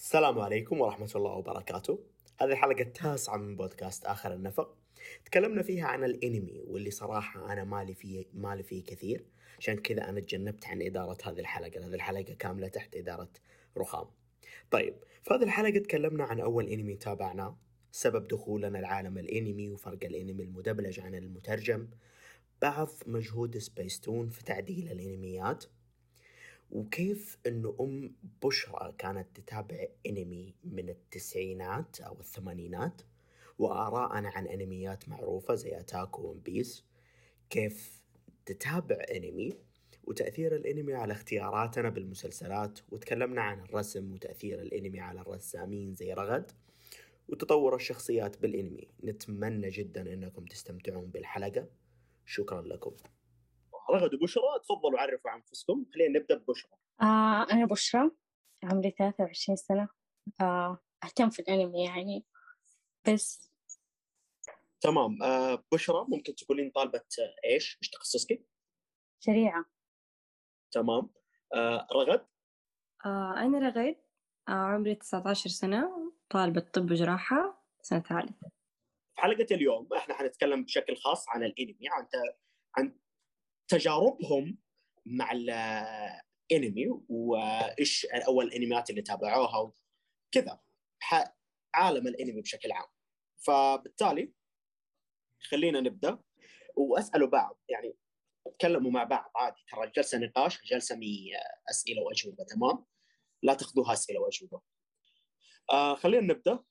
السلام عليكم ورحمة الله وبركاته. هذه الحلقة التاسعة من بودكاست آخر النفق. تكلمنا فيها عن الانمي، واللي صراحة أنا مالي فيه كثير، عشان كذا أنا تجنبت عن إدارة هذه الحلقة. هذه الحلقة كاملة تحت إدارة رخام. طيب، في هذه الحلقة تكلمنا عن أول انمي تابعناه، سبب دخولنا العالم الانمي، وفرق الانمي المدبلج عن المترجم، بعض مجهود سبيستون في تعديل الانميات، وكيف انه بشرى كانت تتابع انمي من التسعينات او الثمانينات، وآراءنا عن انميات معروفة زي اتاك وون بيس، كيف تتابع انمي وتأثير الانمي على اختياراتنا بالمسلسلات، وتكلمنا عن الرسم وتأثير الانمي على الرسامين زي رغد، وتطور الشخصيات بالانمي. نتمنى جدا انكم تستمتعون بالحلقة. شكرا لكم. رغد وبشرى، تفضلوا عرفوا عن انفسكم. خلينا نبدأ ببشرى. أنا بشرى، عمري 23 سنة. أهتم في الأنمي يعني بس. تمام. بشرى، ممكن تقولين طالبة إيش تخصصك؟ شريعة. تمام. رغد. أنا رغد، عمري 19 سنة، طالبة طب وجراحة سنة ثالثة. في حلقة اليوم احنا حنتكلم بشكل خاص عن الانمي، عن تجاربهم مع الانمي، وايش اول الانميات اللي تابعوها وكذا، عالم الانمي بشكل عام. فبالتالي خلينا نبدأ واسألوا بعض، يعني تكلموا مع بعض عادي، ترى جلسة نقاش، جلسة أسئلة وأجوبة. تمام، لا تاخذوها أسئلة وأجوبة. خلينا نبدأ.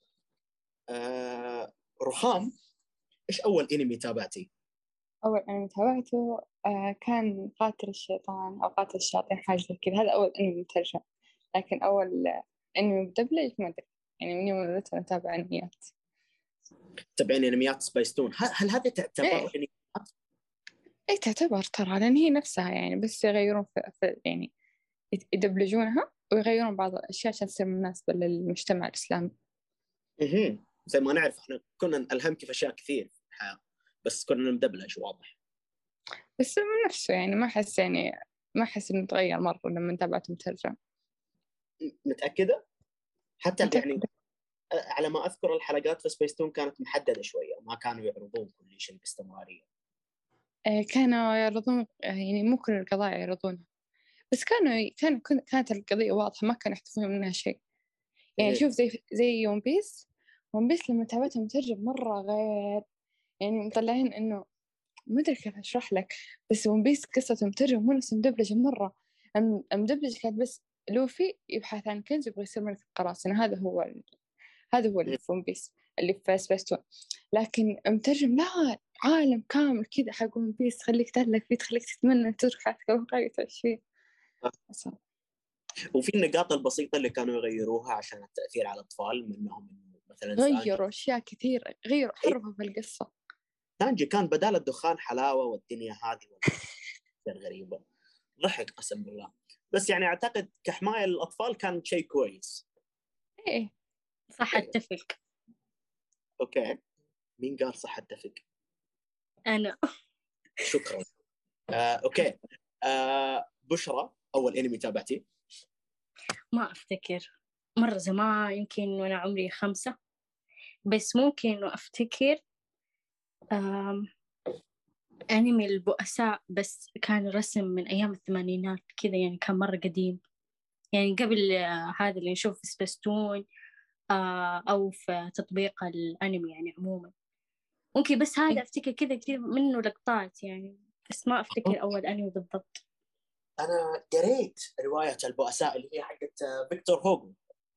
رخام، إيش أول أنمي تابعتي؟ أول أنمي تابعته كان قاتل الشيطان أو قاتل الشياطين، حاجة زي كذا. هذا أول أنمي مترجم، لكن أول أنمي مدبلج ما أدري، يعني من يوم ولدت أنا أتابع أنميات. تابعين أنميات سبايستون؟ هل هذه تعتبر أنميات؟ إيه تعتبر ترى، لأن هي نفسها يعني، بس يغيرون في يعني يدبلجونها ويغيرون بعض الأشياء عشان تصير مناسبة للمجتمع الإسلامي. زي ما نعرف احنا كنا نلهمك في أشياء كثير في الحياة، بس كنا مدبلج واضح. بس من نفسه يعني ما أحس إنه تغير مرة لما تابعته مترجم. متأكدة؟ حتى متأكدة. يعني على ما أذكر الحلقات في سبيستون كانت محددة شوية، ما كانوا يعرضون كل شيء باستمرارية. كانوا يعرضون يعني مو كل القضايا يعرضونها، بس كانت القضية واضحة، ما كانوا يحذفون منها شيء. يعني شوف زي ون بيس لما تابعته مترجم مرة غير، يعني مطلعين إنه ما أدري كيف أشرح لك، بس ون بيس قصته مترجم مو نفس مدبلج مرة. المدبلج كانت بس لوفي يبحث عن كنز ويبغى يصير ملك القراصنة، هذا هو اللي في ون بيس، اللي في سبيستون. لكن مترجم لا، عالم كامل كذا حق ون بيس، خليك تهلك فيه، تخليك تتمنى تروح حياتك الواقعية تعيش فيه. وفي النقاط البسيطة اللي كانوا يغيروها عشان التأثير على الأطفال، منهم إنه مثلا غيروا أشياء كثير، حرفوا في القصة. سانجي كان بدال الدخان حلاوة، والدنيا هذه غريبة. ضحك قسم بالله. بس يعني أعتقد كحماية للأطفال كان شيء كويس. إيه صح، أتفق. أوكي، مين قال صح أتفق؟ أنا. شكرا. أوكي. بشرى، أول أنمي تابعتي؟ ما أفتكر، مرة زمان، يمكن وأنا عمري 5، بس ممكن إنه أفتكر أنمي البؤساء، بس كان رسم من أيام الثمانينات كذا، يعني كان مرة قديم، يعني قبل هذا اللي نشوف في سبيستون أو في تطبيق الأنمي يعني عموما. ممكن بس هذا أفتكر كذا كثير منه لقطات يعني، بس ما أفتكر أول أنمي بالضبط. أنا قريت رواية البؤساء اللي هي حقت فيكتور هوغو.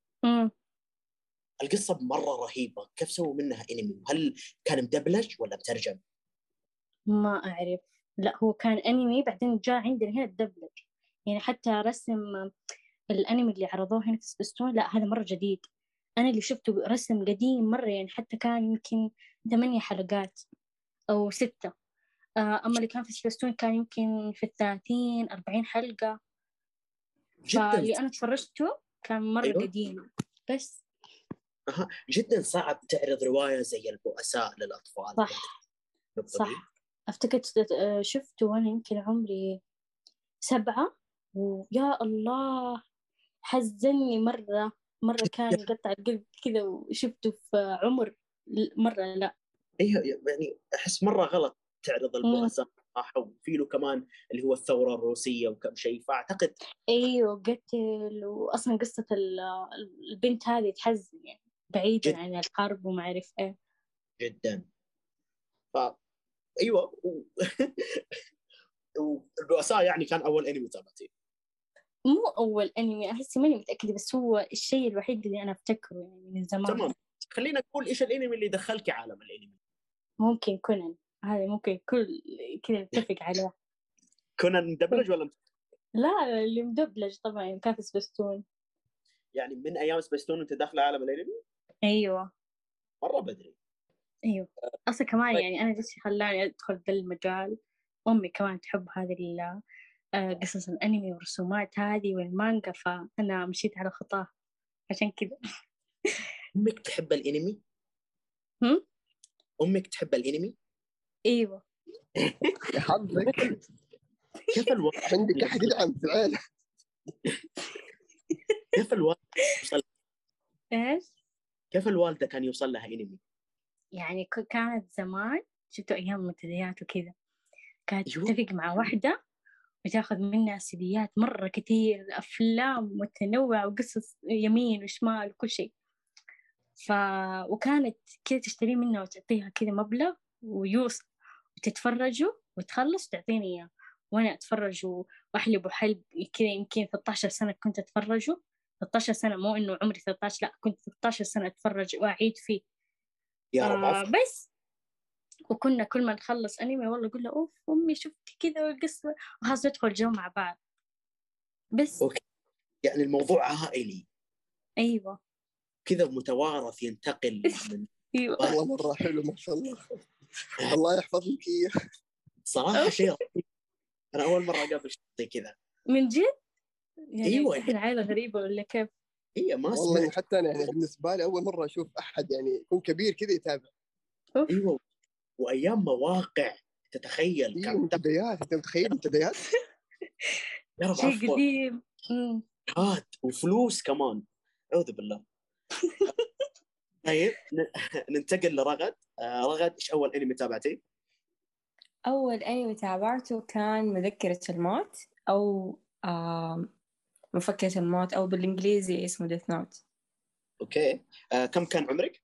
القصة مرة رهيبة، كيف سووا منها أنمي؟ هل كان مدبلج ولا مترجم؟ ما أعرف، لا هو كان أنمي، بعدين جاء عندنا هنا الدبلج، يعني حتى رسم الأنمي اللي عرضوه هنا في سبيستون لا هذا مرة جديد. أنا اللي شفته رسم قديم مرة، يعني حتى كان يمكن 8 حلقات أو 6. أما اللي كان في سبيستون كان يمكن في 30-40 حلقة. فاللي أنا تفرجته كان مرة قديم بس. جدا صعب تعرض رواية زي البؤساء للأطفال. صح. أفتكر شفته وأنا يمكن عمري 7، ويا الله حزني مرة مرة كان يقطع القلب كذا، وشفته في عمر مرة لا. ايه يعني احس مره غلط تعرض البؤساء صح، وفي له كمان اللي هو الثوره الروسيه وكم شيء، فاعتقد ايوه قتل، واصلا قصة البنت هذه تحزن يعني، بعيدا جد عن الحرب وما اعرف ايه. جدا. ف ايوه والبؤساء يعني كان اول انمي تابعتيه؟ مو اول انمي، احس ماني متأكدة، بس هو الشيء الوحيد اللي انا افتكره يعني من زمان. تمام، خلينا نقول ايش الانمي اللي دخلك عالم الانمي. ممكن كونان، هذا ممكن كل كذا نتفق عليه. كونان مدبلج ولا لا اللي مدبلج طبعا كان في سبيستون. يعني من ايام سبيستون انت داخله عالم الانمي؟ ايوه مره بدري. ايوه. اصلا كمان طيب. يعني انا ليش خلاني ادخل ذا المجال، امي كمان تحب هذه قصص الانمي والرسومات هذه والمانجا، فانا مشيت على خطاها عشان كذا. امك تحب الانمي؟ هم؟ امك تحب الانمي؟ ايوه. يا حظك كيف الوالد عندك أحد يدعم في العيلة. كيف الوالد يوصل ايش؟ كيف الوالده كان يوصل لها انمي؟ يعني كانت زمان، شفتوا ايام المنتديات وكذا، كانت ايوه تتفق مع واحدة وتاخذ منها سيديات مرة كتير، أفلام متنوعة وقصص يمين وشمال وكل شيء. ف... وكانت كذا تشتري منها وتعطيها كذا مبلغ ويوصل، وتتفرجوا وتخلص تعطيني إياه، وأنا أتفرج وأحلب وحلب كذا. يمكن 13 سنة كنت أتفرجه، 13 سنة، مو إنه عمري 13، لا كنت 13 سنة أتفرج وأعيد فيه. يا رب عفوا. بس وكنا كل ما نخلص أنمي والله أقول له أوف أمي شفت كذا والقصة، وخلاص ندخل جو مع بعض. بس اوكي، يعني الموضوع عائلي أيوة كذا متوارث ينتقل من أيوة. والله مرة حلو ما شاء الله. الله يحفظ لك إياه. صراحه شيء رهيب. انا اول مره اقابل شيء زي كذا. من جد يعني ايوه إحنا عائلة غريبة ولا كيف؟ هي ما والله سمعت. حتى أنا يعني بالنسبة لي أول مرة أشوف أحد يعني يكون كبير كذا يتابع. أوف. ايوه، وايام مواقع تتخيل إيه كان منتديات، أنت متخيل منتديات؟ يا رب شيء عفوا، قديم. هات وفلوس كمان، اعوذ بالله. طيب ننتقل لرغد. رغد ايش اول انمي تابعتيه؟ أول أنمي تابعته كان مذكرة الموت، أو مفكرة الموت، أو بالإنجليزي اسمه ديث نوت. اوكي. كم كان عمرك؟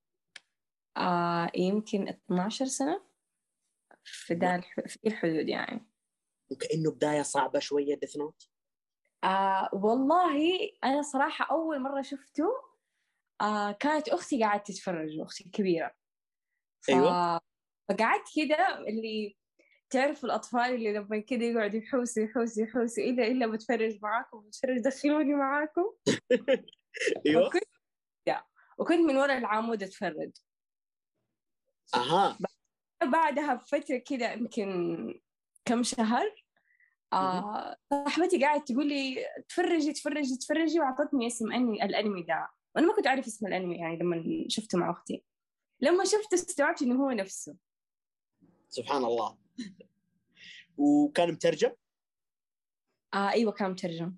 يمكن 12 سنة، في الحدود يعني. وكأنه بداية صعبة شوية ديث نوت. والله أنا صراحة أول مرة شفته كانت أختي قاعدة تتفرج، أختي الكبيرة. ايوه فقعدت كده، اللي تعرف الأطفال اللي لما كده يقعدوا يحوسوا يحوسوا يحوسوا، إلا بتفرج معاكم، بتفرج دخلوني معاكم. ايوه وكنت وكنت من وراء العمود أتفرج. اها. بعدها بفترة كده يمكن كم شهر، صاحبتي قاعدة تقول لي تفرجي تفرجي تفرجي، وعطتني اسم الأنمي ده، وأنا ما كنت أعرف اسم الأنمي يعني لما شفته مع أختي. لما شفته استوعبت إنه هو نفسه. سبحان الله. وكان مترجم؟ أيوة كان مترجم.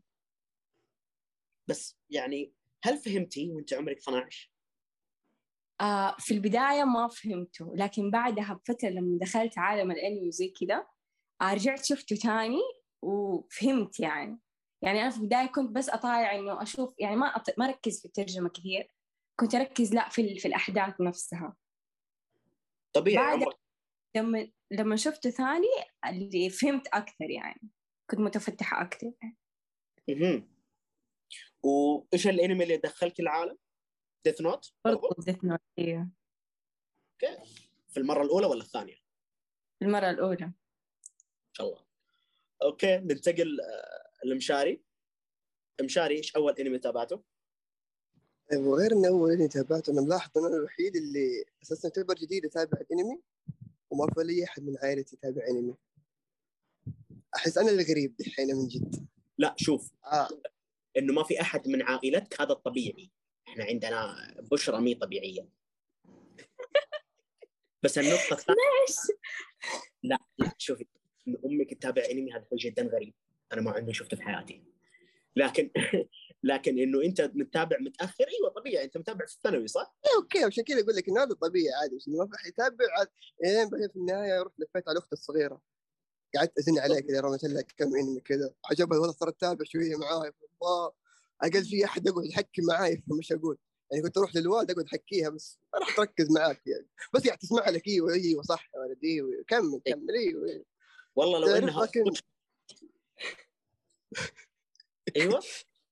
بس يعني هل فهمتي وانت عمرك 12؟ في البداية ما فهمته، لكن بعدها بفترة لما دخلت عالم الأنمي زي كده، رجعت شفته تاني وفهمت يعني. يعني أنا في البداية كنت بس أطالع إنه أشوف، يعني ما أركز في الترجمة كثير، كنت أركز لا في الأحداث نفسها. طبيعي بعد عمرك. لما شفته ثاني اللي فهمت أكثر يعني، كنت متفتحة أكثر. وايش الانمي اللي دخلك العالم؟ ديث نوت برضو برضو؟ ديث نوت. اوكي. في المرة الأولى ولا الثانية؟ المرة الأولى. ان شاء الله. اوكي ننتقل لمشاري. مشاري ايش اول انمي تابعته؟ وغير إنه أول إني تابعته، أنا ملاحظ إن أنا الوحيد اللي أساساً تعتبر جديد أتابع الأنمي، وما في لي أحد من عائلتي يتابع أنمي. أحس أنا الغريب دحين من جد. لا شوف، آه انه ما في احد من عائلتك هذا الطبيعي. احنا عندنا بشرة مي طبيعية. بس النقطة الثانية، لا شوفي، ان امك تتابع انمي هذا شيء جدا غريب، انا ما عمري شفته في حياتي. لكن لكن انه انت متابع متاخر، ايوه طبيعي، انت متابع في الثانوي صح؟ اوكي، عشان كذا اقول لك انه هذا طبيعي عادي، بس ما في احد يتابع بعدين في النهايه رحت لفيت على اختي الصغيره، قعدت ازن عليها كذا، رميت لها كم انمي كذا، عجبها والله، صارت تتابع شويه معاي. الله، اقل شيء احد يقعد يحكي معاي، فمش اقول يعني كنت اروح للوالد اقعد احكيها، بس ما راح تركز معاك يعني، بس يعني تسمع لك ايوه ايوه صح يا ولد، ايوه كمل ايوه. والله لو تعرف انها لكن ايوه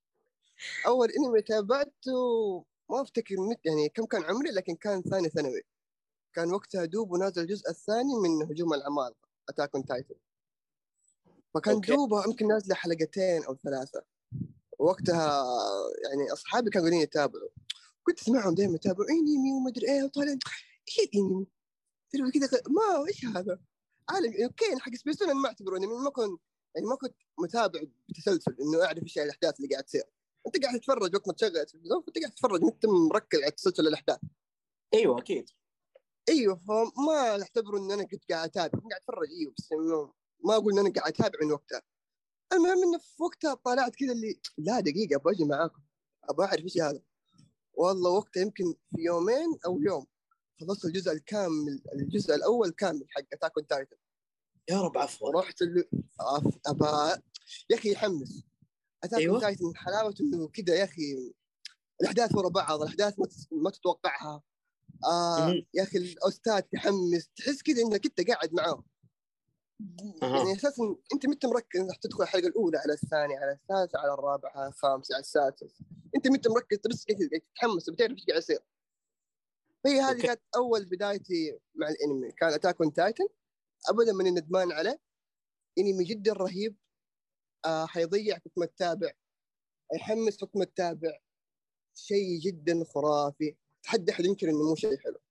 اول انمي تابعته ما افتكر يعني كم كان عمري، لكن كان ثاني ثانوي، كان وقتها دوب ونازل الجزء الثاني من هجوم العمالقه، اتاك اون تايتن، فكان اوكي دوبها يمكن نازله حلقتين او ثلاثه. وقتها يعني اصحابي كانوا قاعدين يتابعوا، كنت اسمعهم دائما يتابعوا انمي وما ادري ايه، وطالع ايش الانمي كذا، ما ايش هذا عالم. اوكي حق سبيستون انا ما اعتبره انمي، ما كنت متابع بتسلسل انه اعرف ايش الاحداث اللي قاعد تصير. انت قاعد تتفرج وقت ما تشغل التلفزيون، انت قاعد تتفرج، انت مركز على تسلسل الاحداث. ايوه اكيد. ايوه، فما اعتبره ان انا كنت قاعد اتابع، قاعد اتفرج، ايوه، بس انه ما اقول ان انا قاعد اتابع من وقتها. المهم انه في وقتها طلعت كذا اللي لا دقيقه ابغى اجي معاكم، ابغى اعرف ايش هذا. والله وقتها يمكن في يومين او يوم خلصت الجزء الكامل، الجزء الاول كامل حق اتاك اون تايتن. يا رب عفوا. ورحت ابى يا اخي يحمس. اتاك اون ايوه تايتن حلاوته انه كذا يا اخي، الاحداث ورا بعض، الاحداث ما تتوقعها. مهم. يا اخي الاستاذ تحمس، تحس كذا انك انت قاعد معاه. يعني اها اساسا انت مت مركز انك تدخل الحلقه الاولى على الثانيه على الثالثه على الرابعه على الخامسه على السادسه، انت مت مركز، بس كذا تتحمس بتعرف ايش قاعد يصير. هي هذه اوكي. كانت اول بدايتي مع الانمي، كان اتاك اون تايتن. ابدا ماني ندمان عليه، انمي جدا رهيب. حيضيعك وقت ما تتابع، يحمس وقت ما تتابع، شيء جدا خرافي، تحدى احد ينكر انه مو شيء حلو.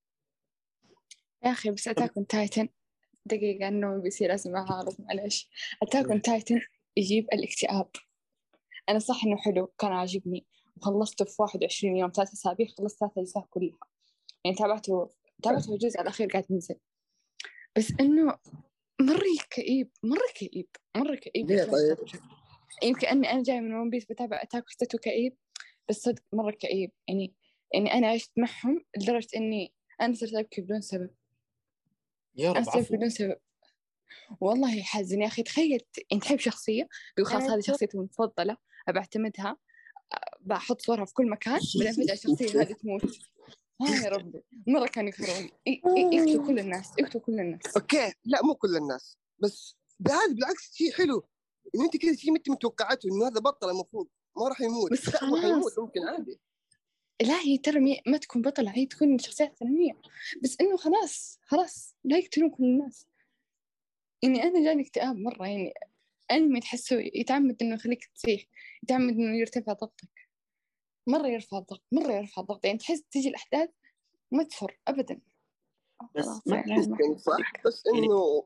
يا أخي بس أتاك أون تايتن دقيقة إنه بيصير أسمع عارض، معلش. أتاك أون تايتن يجيب الاكتئاب. أنا صح إنه حلو، كان عاجبني وخلصته في 21 يوم، 3 أسابيع خلصت 3 أجزاء كلها، يعني تابعته الجزء الأخير قاعد ينزل، بس إنه مرة كئيب، مرة كئيب، مرة كئيب. ليه طيب؟ يمكن أني أنا جاي من ون بيس بتابع أتاك وحسيته كئيب، بس صدق مرة كئيب. يعني أنا عشت معهم لدرجة إني أنا صرت أبكي بدون سبب. يا أنا رب صرت عفوا. بدون سبب، والله يحزن يا أخي. تخيل أنت تحب شخصية، بيقول خلاص هذه شخصيتي المفضلة، أبعتمدها، بحط صورها في كل مكان، بعدين فجأة الشخصية هذه تموت. يا ربي مرة كانوا يقهروني. يقتلوا كل الناس، يقتلوا كل الناس. اوكي، لا مو كل الناس، بس هذا بالعكس شيء حلو، انه انت كذا شيء انت متوقعته انه هذا بطل المفروض ما راح يموت، بس لا هو حيموت خلاص، ممكن عادي. لا هي ترى ما تكون بطلة، هي تكون شخصية ثانوية، بس إنه خلاص لا يقتلون كل الناس. يعني أنا جاني اكتئاب مرة، يعني أنمي تحسه يتعمد إنه يخليك تصيح، يتعمد إنه يرتفع ضغطك، مرة يرفع الضغط، مرة يرفع الضغط، يعني تحس تيجي الأحداث ما تفر أبدا. بس خلاص ما يعني ممكن صح، بس يعني انه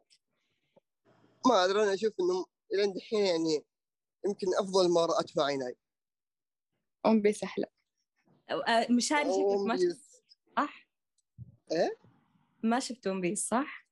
ما ادري، انا اشوف انه الى الحين يعني يمكن افضل ما رأت في عيناي. ون بيس أحلى. مشاري شكلك ما شفت صح؟ ايه، ما شفت ون بيس صح؟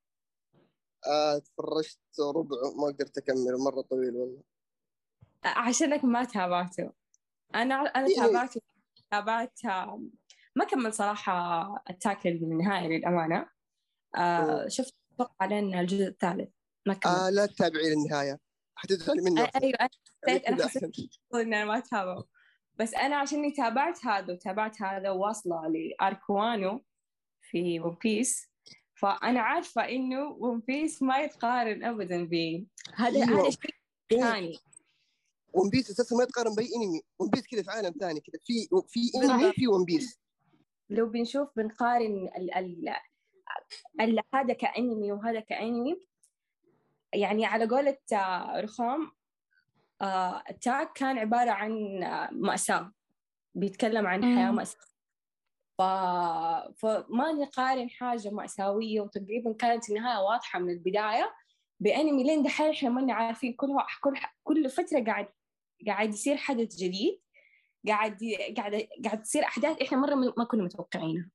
تفرجت ربع ما قدرت اكمل، مره طويل والله. عشانك ما تابعته. أنا يعني تابعت ما كمل صراحة أتاك للنهاية للأمانة. شفت أتوقع لين الجزء الثالث ما كمل. لا تتابعي للنهايه، حتزعلي منه احسن. أيوة أنا كذا حسيت احسن. إن أنا ما أتابعه، بس أنا عشاني تابعت هذا واصلة لأركوانو في ون بيس، فأنا عارفة إنه ون بيس ما يتقارن أبدا به. هذا ايوه، شيء ثاني. ون بيس اساسا ما يتقارن باي انمي، ون بيس كذا في عالم ثاني كذا، في انمي بالضبط. في ون بيس. لو بنقارن هذا كأنمي وهذا كأنمي، يعني على قولة رخام، أتاك كان عبارة عن مأساة، بيتكلم عن حياة مأساة. فما نقارن حاجة مأساوية وتقريبا كانت النهاية واضحة من البداية بأنمي لين دحين إحنا ما عارفين. كل فترة قاعد يصير حدث جديد، قاعد تصير أحداث إحنا مرة ما كنا متوقعينها،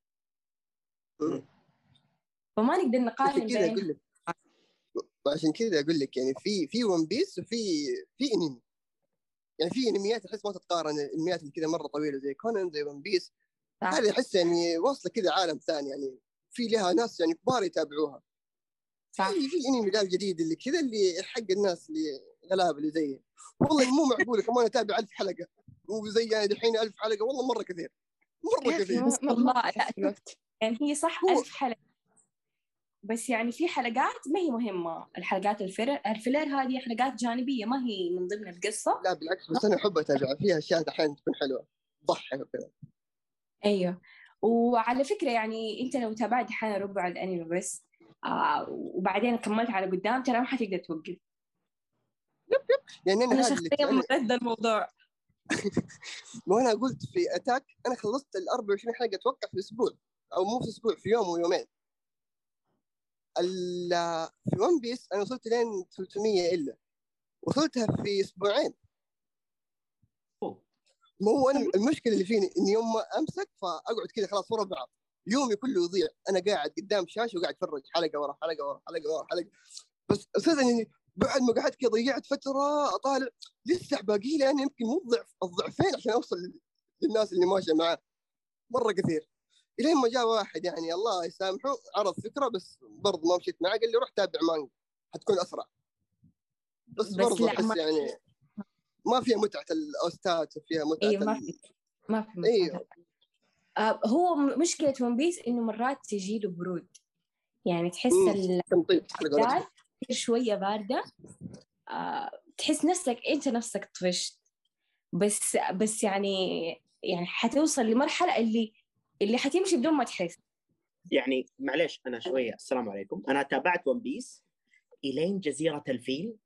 فما نقدر نقارن كذا بين. اقول لك، عشان كذا اقول لك يعني في ون بيس وفي انمي. يعني في انميات احس ما تتقارن، الانميات اللي كذا مره طويله زي كونان زي ون بيس، صح. هذه احس يعني واصله كذا عالم ثاني، يعني في لها ناس يعني كبار يتابعوها. صح. في الانمي ذا الجديد اللي كذا اللي حق الناس اللي غلابه اللي زيي، والله مو معقوله كمان اتابع 1000 حلقه وزي يعني الحين 1000 حلقه، والله مره كثير مره يا أخي كثير. بس ما والله تحس لا، بالوقت. يعني هي صح هو 1000 حلقة، بس يعني في حلقات ما هي مهمة. الحلقات الفيلر هذه حلقات جانبية، ما هي من ضمن القصة. لا بالعكس، بس انا احب اتابعها، فيها اشياء احيانا تكون حلوه تضحك وكذا. أيوه. وعلى فكرة يعني أنت لو تابعت حالة ربع الأنمي بس وبعدين كملت على قدام، ترى ما حتقدر توقف. يعني أنا انا هذا شخصيا اللي ضد الموضوع. وانا قلت في اتاك انا خلصت ال 24 حلقه اتوقع في اسبوع، او مو في اسبوع، في يوم ويومين. في ون بيس انا وصلت لين 300 الا، وصلتها في اسبوعين. ما هو انا المشكله اللي فيني اني يوم ما امسك فاقعد كذا خلاص ورا بعض، يومي كله يضيع، انا قاعد قدام شاشه وقاعد اتفرج حلقه ورا حلقه ورا حلقه ورا حلقه. بس اساسا يعني بعد ما قعدت كذا ضيعت فتره اطالع، لسه باقي لي انا يمكن مو الضعفين عشان اوصل للناس اللي ماشيه معاه مره كثير. الين ما جاء واحد يعني الله يسامحه عرض فكره، بس برضه ما مشيت معاه، قال لي روح تابع مانجا حتكون اسرع. بس برضه لا، احس يعني ما فيها متعه الاوستات وفيها متعه أيوه، ما في ايوه هو مشكلة ون بيس إنه مرات تجي له برود، يعني تحس تمطيط على قولتهم. الأحداث شوية باردة. تحس نفسك أنت نفسك طفشت. بس يعني حتوصل لمرحلة اللي حتمشي بدون ما تحس. يعني معليش انا شويه، السلام عليكم، انا تابعت ون بيس الين جزيره الفيل،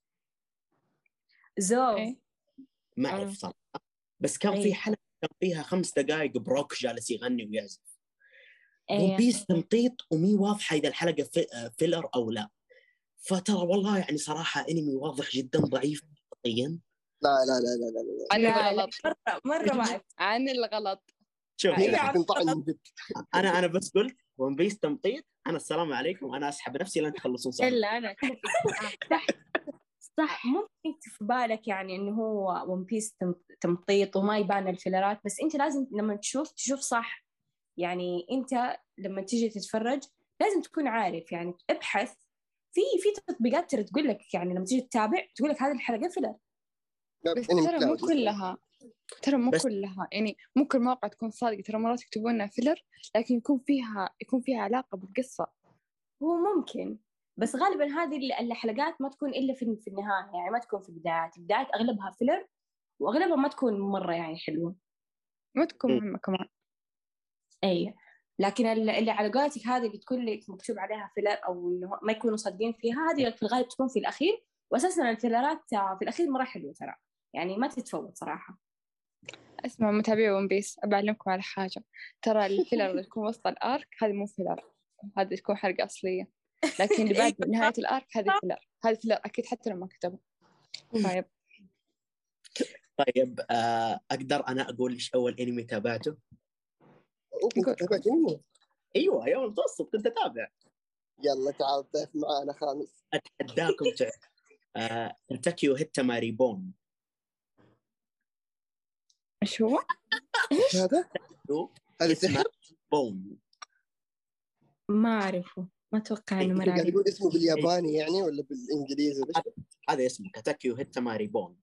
زوف. إيه. ما اعرف صراحه، بس كان في أيه. حلقه كان فيها 5 دقائق بروك جالس يغني ويعزف. ون أيه. بيس تمطيط ومي واضحه اذا الحلقه فيلر او لا. فترى والله يعني صراحه انمي واضح جدا ضعيف منطقيا. لا لا لا لا لا, لا. عن لا الغلط. مرة ما عن الغلط. شوف هنا أيوة. حتنطعن من جد. انا بس قلت ون بيس تمطيط، انا السلام عليكم، انا اسحب نفسي لين تخلصون صح. إلا أنا صح صح. ممكن في بالك يعني إنه هو ون بيس تمطيط وما يبان الفيلرات، بس أنت لازم لما تشوف صح. يعني أنت لما تيجي تتفرج لازم تكون عارف، يعني ابحث في تطبيقات ترى تقول لك، يعني لما تيجي تتابع تقول لك هذه الحلقة فيلر. بس انمي ترى مو كلاود. كلها، ترى مو بس- كلها، يعني ممكن المواقع تكون صادقة، ترى مرات يكتبون لنا فيلر لكن يكون فيها علاقة بالقصة. هو ممكن، بس غالبا هذه الحلقات ما تكون إلا في النهاية، يعني ما تكون في البدايات أغلبها فيلر، وأغلبها ما تكون مرة يعني حلوة. ما تكون م. مهمة كمان. أي، لكن اللي على قولتك هذه اللي تكون لك مكتوب عليها فيلر أو إنه ما يكونوا صادقين فيها، هذه في الغالب تكون في الأخير. وأساسا الفيلرات في الأخير مرة حلوة ترى، يعني ما تتفوت صراحة. اسمع متابعي ون بيس، أبعلمكم على حاجة، ترى الفيلر اللي تكون وسط الآرك هذه مو فيلر، هذه تكون حلقة أصلية، لكن اللي بعد نهاية الآرك هذه فيلر، هذه فيلر أكيد حتى لو ما كتبوا. طيب طيب اقدر انا اقول ايش اول انمي تابعته؟ كنت تابعت انمي؟ ايوه يوم المتوسط كنت اتابع. يلا تعال ضيف معانا خامس. اتحداكم تعرف كنتاكيو هيتاما ريبون. إيش هو؟ ايش هذا؟ هذا اسمه سحر؟ بون. ما أعرفه، ما أتوقع إنه قاعد مرة. يقول اسمه بالياباني يعني ولا بالانجليزي؟ هذا اسمه كاتاكيو هيتاما ريبون.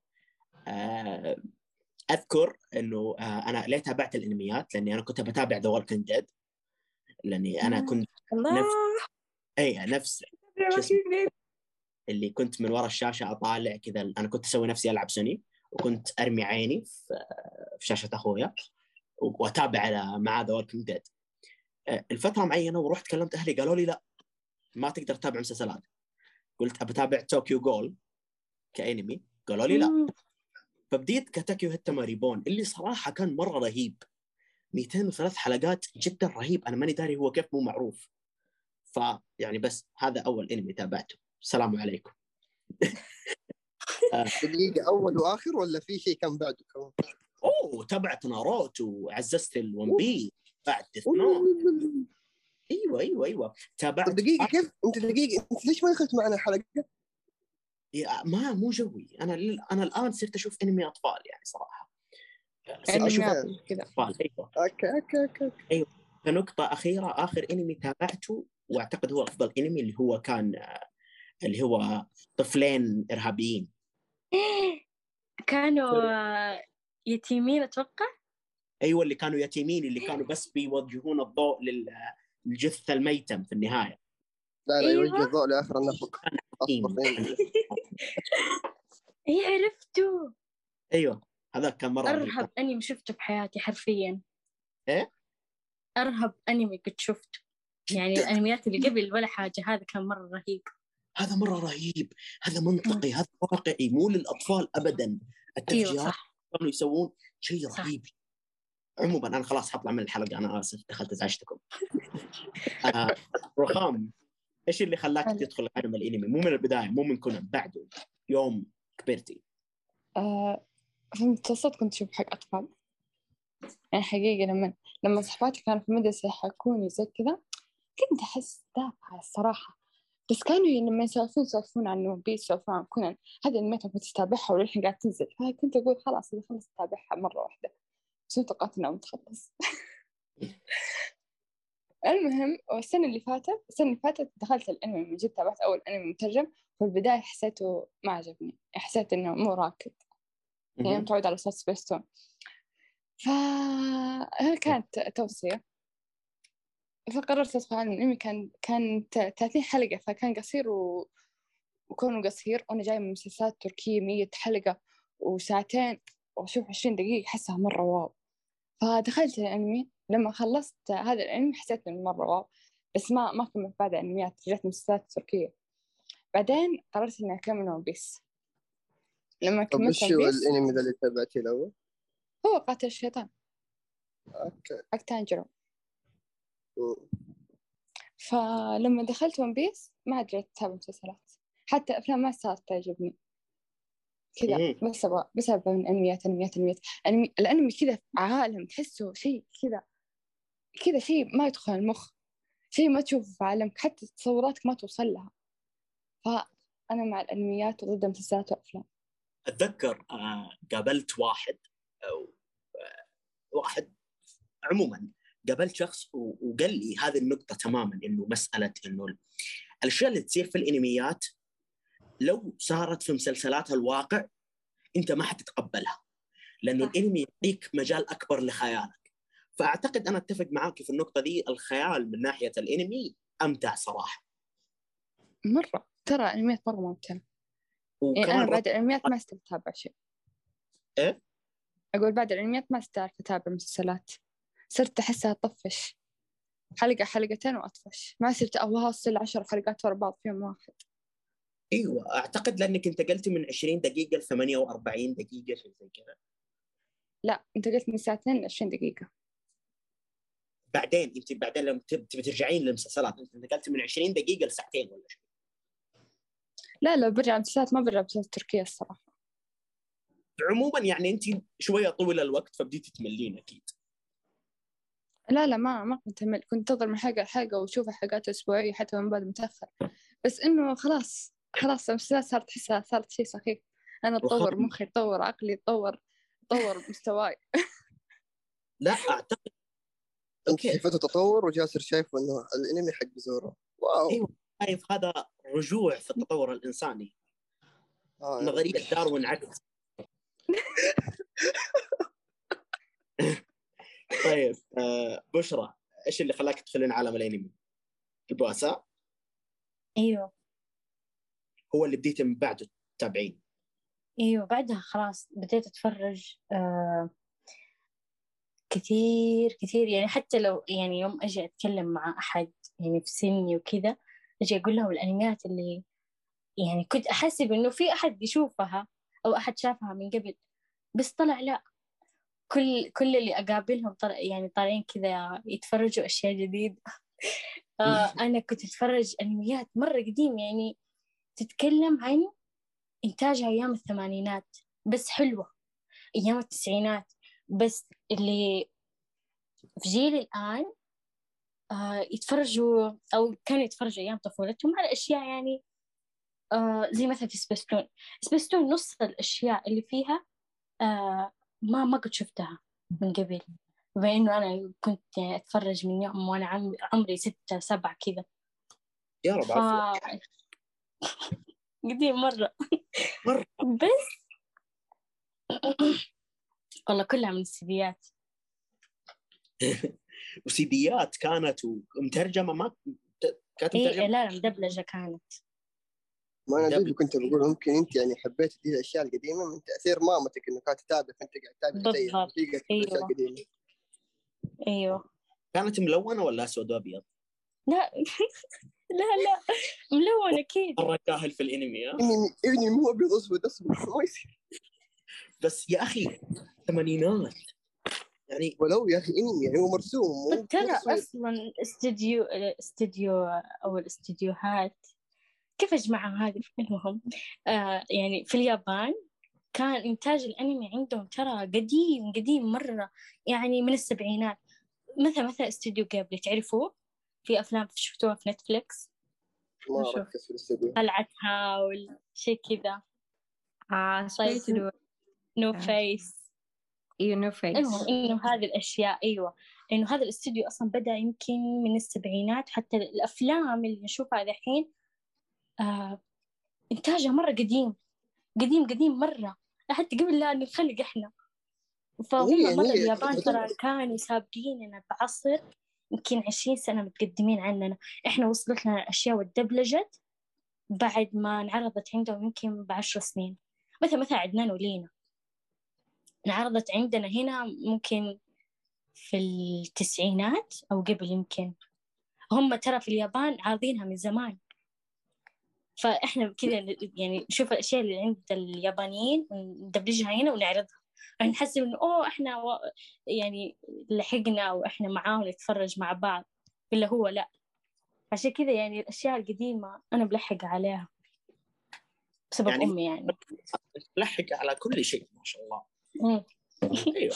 اذكر انه انا ليه تابعت الانميات، لاني انا كنت بتابع ذا ووكينج ديد، لاني انا كنت الله. نفس شو اسمه اللي كنت من وراء الشاشه اطالع كذا. انا كنت اسوي نفسي العب سوني، وكنت ارمي عيني في شاشه اخويا واتابع مع ذا ووكينج ديد الفتره معينه. ورحت كلمت اهلي قالوا لي لا ما تقدر تتابع مسلسلات. قلت ابى اتابع طوكيو جول كانمي، قالوا لي لا. فبديت كاتاكيو هيتاما ريبون اللي صراحه كان مره رهيب، 203 حلقات جدا رهيب. انا ماني داري هو كيف مو معروف. فيعني بس هذا اول انمي تابعته. السلام عليكم. دقيقة أول وآخر ولا في شيء كان بعده كمان؟ اوه تابعت ناروتو وعززت الون بيس بعد ديث نوت. ايوه طب تابعت. دقيقة كيف؟ أنت دقيقة أنت ليش ما دخلت معنا حلقة؟ مو جوي. انا الان صرت اشوف انمي اطفال يعني صراحه. صرت اشوف أنميات كذا. اطفال. ايوه اوكي. ايوه. كنقطه اخيره، اخر انمي تابعته واعتقد هو افضل انمي، اللي هو كان اللي هو طفلين ارهابيين. كانوا يتيمين أتوقع. ايوه اللي كانوا يتيمين، اللي كانوا بس بيوجهون الضوء للجثه الميتم في النهايه. لا يوجه أيوة. الضوء لاخر النفق. اصبر كان فين. إيه عرفته. ايوه هذا كان مره رهيب. أرهب أنمي شفته بحياتي حرفيا. ايه أرهب أنمي قد شفته. يعني جدا. الأنميات اللي قبل ولا حاجة، هذا كان مرة رهيب. هذا مره رهيب، هذا منطقي، هذا واقعي، مو للاطفال ابدا. أيوة التفجيرات صح كانوا يسوون شيء صح. رهيب. عموما انا خلاص حطلع من الحلقه، انا اسف دخلت ازعجتكم. رخام، ايش اللي خلاك تدخل عالم الانمي؟ مو من البدايه، مو من كونان، بعده يوم كبرتي. في المتوسط كنت أشوف حق أطفال. يعني حقيقة لما صحباتي كانوا في المدرسة يحكوني زي كذا كنت أحس تافهة الصراحة. بس كانوا لما يسولفون عن ون بيس، يسولفون عن كونان، هذه الميتة كنت أتابعها وللحين قاعد تنزل، فكنت أقول خلاص إذا خلصت أتابعها مرة واحدة. بس توقعت إنها متخلص. المهم السنة اللي فاتت دخلت الأنمي من جد، تابعت أول أنمي مترجم. في البداية حسيته ما عجبني، حسيت إنه مو راكب، يعني متعود على صوت سبيستون. كانت توصية، فقررت أدخل على الأنمي. كان 30 حلقة، فكان قصير وكونه قصير وأنا جاي من مسلسلات تركية 100 حلقة وساعتين، وأشوف 20 دقيقة أحسها مرة واو. فدخلت الأنمي. لما خلصت هذا الأنمي حسيت إنه مرة واو، بس ما كملت بعد أنميات، رجعت مسلسلات تركية. بعدين قررت إني أكمل ون بيس. لما طب كملت ايش ون هو بيس الانمي ذا اللي تابعتيه الاول؟ هو قاتل الشيطان اوكي. أكتانجرو. مم. فلما دخلت ون بيس ما عاد رجعت أتابع مسلسلات، حتى أفلام ما صارت تعجبني كذا. بس أبغى من أنميات. الأنمي كذا عالم تحسه شيء كذا شيء ما يدخل المخ، شيء ما تشوفه في عالمك، حتى تصوراتك ما توصل لها. فأنا مع الأنميات وضد المسلسلات والأفلام. اتذكر قابلت واحد عموما، قابلت شخص وقال لي هذه النقطة تماما، انه مسألة انه الاشياء اللي تصير في الانميات لو صارت في مسلسلات الواقع انت ما حتتقبلها، لانه الانمي يعطيك مجال اكبر لخيالك. فاعتقد انا اتفق معاك في النقطة دي، الخيال من ناحية الانمي امتع صراحة. مرة ترى الأنميات مرة ممتعة. يعني وكمان أنا بعد الأنميات ما استطيع أتابع شيء. ايه أقول بعد الأنميات ما استطيع أتابع مسلسلات، صرت أحسها أطفش حلقة حلقتين وأطفش، ما صرت أواصل 10 حلقات ورا بعض في يوم واحد. ايوه اعتقد لانك انتقلت من 20 دقيقة ل 48 دقيقة شيء زي كذا. لا انتقلت من ساعتين ل20 دقيقة. بعدين لما تبي ترجعين للمسلسلات انت انتقلت من 20 دقيقة لساعتين ولا شيء. لا لو برجع مسلسلات ما برجع مسلسلات تركية الصراحة. عموما يعني انت شوية طويل الوقت فبديتي تملين اكيد. لا ما كنت أمل، كنت أنتظر من حلقة لحلقة وأشوف حلقات أسبوعية حتى من بعد متأخر. بس إنه خلاص المسلسلات صارت تحسها صارت شيء سخيف. أنا أتطور، رخام. مخي يتطور، عقلي يتطور مستواي. لا اعتقد انت اوكي. شايفته تطور وجاسر شايفه انه الانمي حق زورو. واو. ايوه شايف هذا رجوع في التطور الانساني، يا نظرية ربي. داروين عكس. طيب بشرى، ايش اللي خلاك تدخلين عالم الانمي؟ البؤساء أيوة هو اللي بديت من بعده تتابعين؟ أيوة بعدها خلاص بديت أتفرج كثير كثير. يعني حتى لو يعني يوم أجي أتكلم مع أحد يعني في سني وكذا، أجي أقول لهم الأنميات اللي يعني كنت أحسب إنه في أحد يشوفها أو أحد شافها من قبل، بس طلع لا. كل اللي أقابلهم يعني طالعين كذا يتفرجوا أشياء جديدة. أنا كنت أتفرج أنميات مرة قديم، يعني تتكلم عن إنتاج أيام الثمانينات بس حلوة، أيام التسعينات. بس اللي في جيل الآن يتفرجوا أو كانوا يتفرجوا أيام طفولتهم على أشياء يعني زي مثلا في سبيستون نص الأشياء اللي فيها ما قد شفتها من قبل، بما إنه أنا كنت يعني أتفرج من يوم وأنا عمري 6 7 كذا. يا رب عفوا. قديم مرة. بس والله كلها من السيديات. وسيديات كانت ومترجمة، ما كانت مترجمة. لا مدبلجة كانت. ما أنا زي كنت بقول ممكن أنت يعني حبيت دي الأشياء القديمة من تأثير مامتك إنه كانت تتابع، فأنت قاعد تتابع زيها بالضبط. الأشياء القديمة. أيوه. كانت ملونة ولا أسود وأبيض؟ لا لا ملون أكيد. مرة كاهل في الأنمي. إني مو أبيض أسود ما يصير. بس يا أخي الثمانينات يعني، ولو يا أخي إنمي يعني هو مرسوم ترى أصلا استديو أو الاستديوهات كيف أجمعها هذه. المهم يعني في اليابان كان إنتاج الأنمي عندهم ترى قديم مرة، يعني من السبعينات. مثلا استوديو قبل تعرفوه، في أفلام شفتوها في نتفليكس. ما ركز في الاستوديو. قلعة هاول شيء كذا. طيب نو فيس. ايوه نو فيس. إنه هذه الأشياء. أيوة إنه هذا الاستوديو أصلا بدأ يمكن من السبعينات، حتى الأفلام اللي نشوفها الحين إنتاجها مرة قديم مرة، حتى قبل لا نخلق إحنا. فهم مرة اليابان ترى كانوا سابقيننا بعصر، يمكن 20 سنة متقدمين عننا. إحنا وصلت لنا الأشياء والدبلجت بعد ما انعرضت عندهم يمكن ب10 سنين. مثلا عدنان ولينا انعرضت عندنا هنا ممكن في التسعينات أو قبل يمكن. هم ترى في اليابان عارضينها من زمان. فإحنا كذا يعني نشوف الأشياء اللي عند اليابانيين وندبلجها هنا ونعرضها، نحس إنه إحنا يعني لحقنا أو إحنا معاهم نتفرج مع بعض، إلا هو لا. عشان كذا يعني الأشياء القديمة أنا بلحق عليها بسبب يعني أمي يعني. بلحق على كل شيء ما شاء الله. أيوة.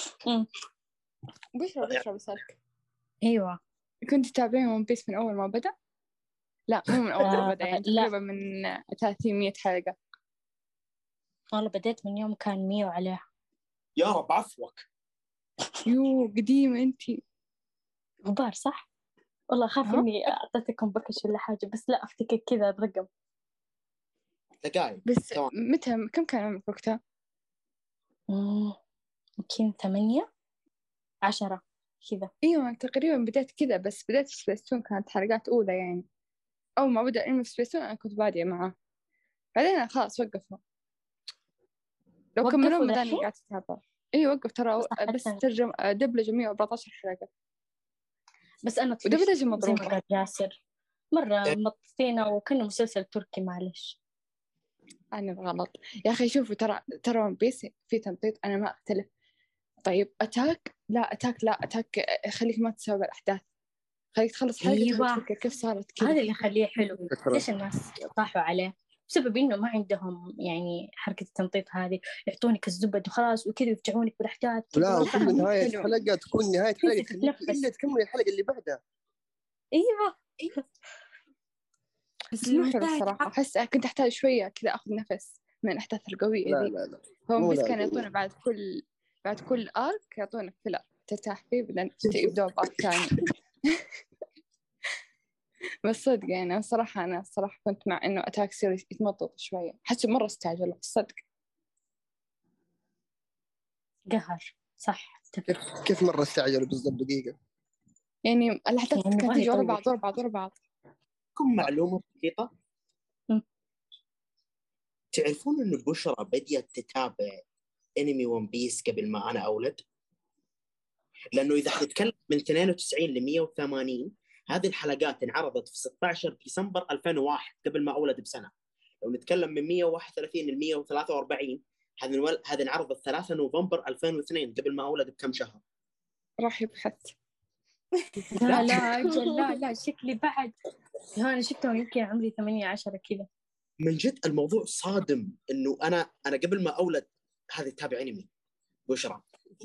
بشرى بسألك. أيوة. كنت تتابعين ون بيس من أول ما بدأ؟ لا مو من أول ما بدأ، يعني تقريبا من 300 حلقة. والله بديت من يوم كان 100 وعليها. يا رب عفوك. يو قديمة أنتي. غبار صح؟ والله خاف إني أعطيتكم بكش ولا حاجة، بس لا أفتكر كذا الرقم. دقايق بس متى كم كان عمرك وقتها؟ يمكن 8 10 كذا. ايوه تقريبا بدأت كذا، بس بدأت في سبيستون كانت حلقات أولى يعني. أول ما بدأ إنه في سبيستون أنا كنت بادية معاه، بعدين أنا خلاص وقفوا. لو كملون مداني قاعدة أتابع. ايوه وقف ترى، بس ترجم دبلجة 114 حلقة. بس أنا ودبلجة مضروبة زي ما قال ياسر مرة مطفينا وكنا مسلسل تركي معلش. أنا غلط يا أخي. شوفوا ترى ون بيس في تمطيط، أنا ما أختلف. طيب أتاك خليك ما تستوعب الأحداث، خليك تخلص حلقة تفكر كيف صارت كذا. هذا اللي يخليه حلو. ليش الناس طاحوا عليه؟ بسبب إنه ما عندهم يعني حركة التمطيط هذه، يعطونك الزبد وخلاص وكذا يفتحونك بالأحداث. لا وكل نهاية حلقة تكون نهاية حلقة تخليك إلا تكمل الحلقة اللي بعدها. أيوة. بس مو حلو الصراحة. أحس كنت أحتاج شوية كذا أخذ نفس من الأحداث القوية ذي. لا هم بس كانوا يعطونا بعد كل آرك يعطونا فيلر ترتاح فيه، بدل يبدأوا بآرك ثاني. بس صدق يعني أنا الصراحة كنت مع إنه أتاك سيريس يتمطط شوية، حسوا مرة استعجلوا الصدق. قهر صح. كيف مرة استعجلوا بالضبط دقيقة؟ يعني الأحداث كانت تيجي ورا بعض. كم معلومة بسيطة. تعرفون إنه بشرى بديت تتابع أنمي ون بيس قبل ما أنا أولد؟ لأنه إذا حنتكلم من 92 ل 180 هذه الحلقات انعرضت في 16 ديسمبر 2001 قبل ما أولد بسنة. لو نتكلم من 131 ل 143 هذا انعرضت 3 نوفمبر 2002 قبل ما أولد بكم شهر. راح يبحث. لا شكلي بعد. أنا شفتهم يمكن عمري 18 كذا. من جد الموضوع صادم إنه أنا قبل ما أولد هذه تتابع أنمي بشرى.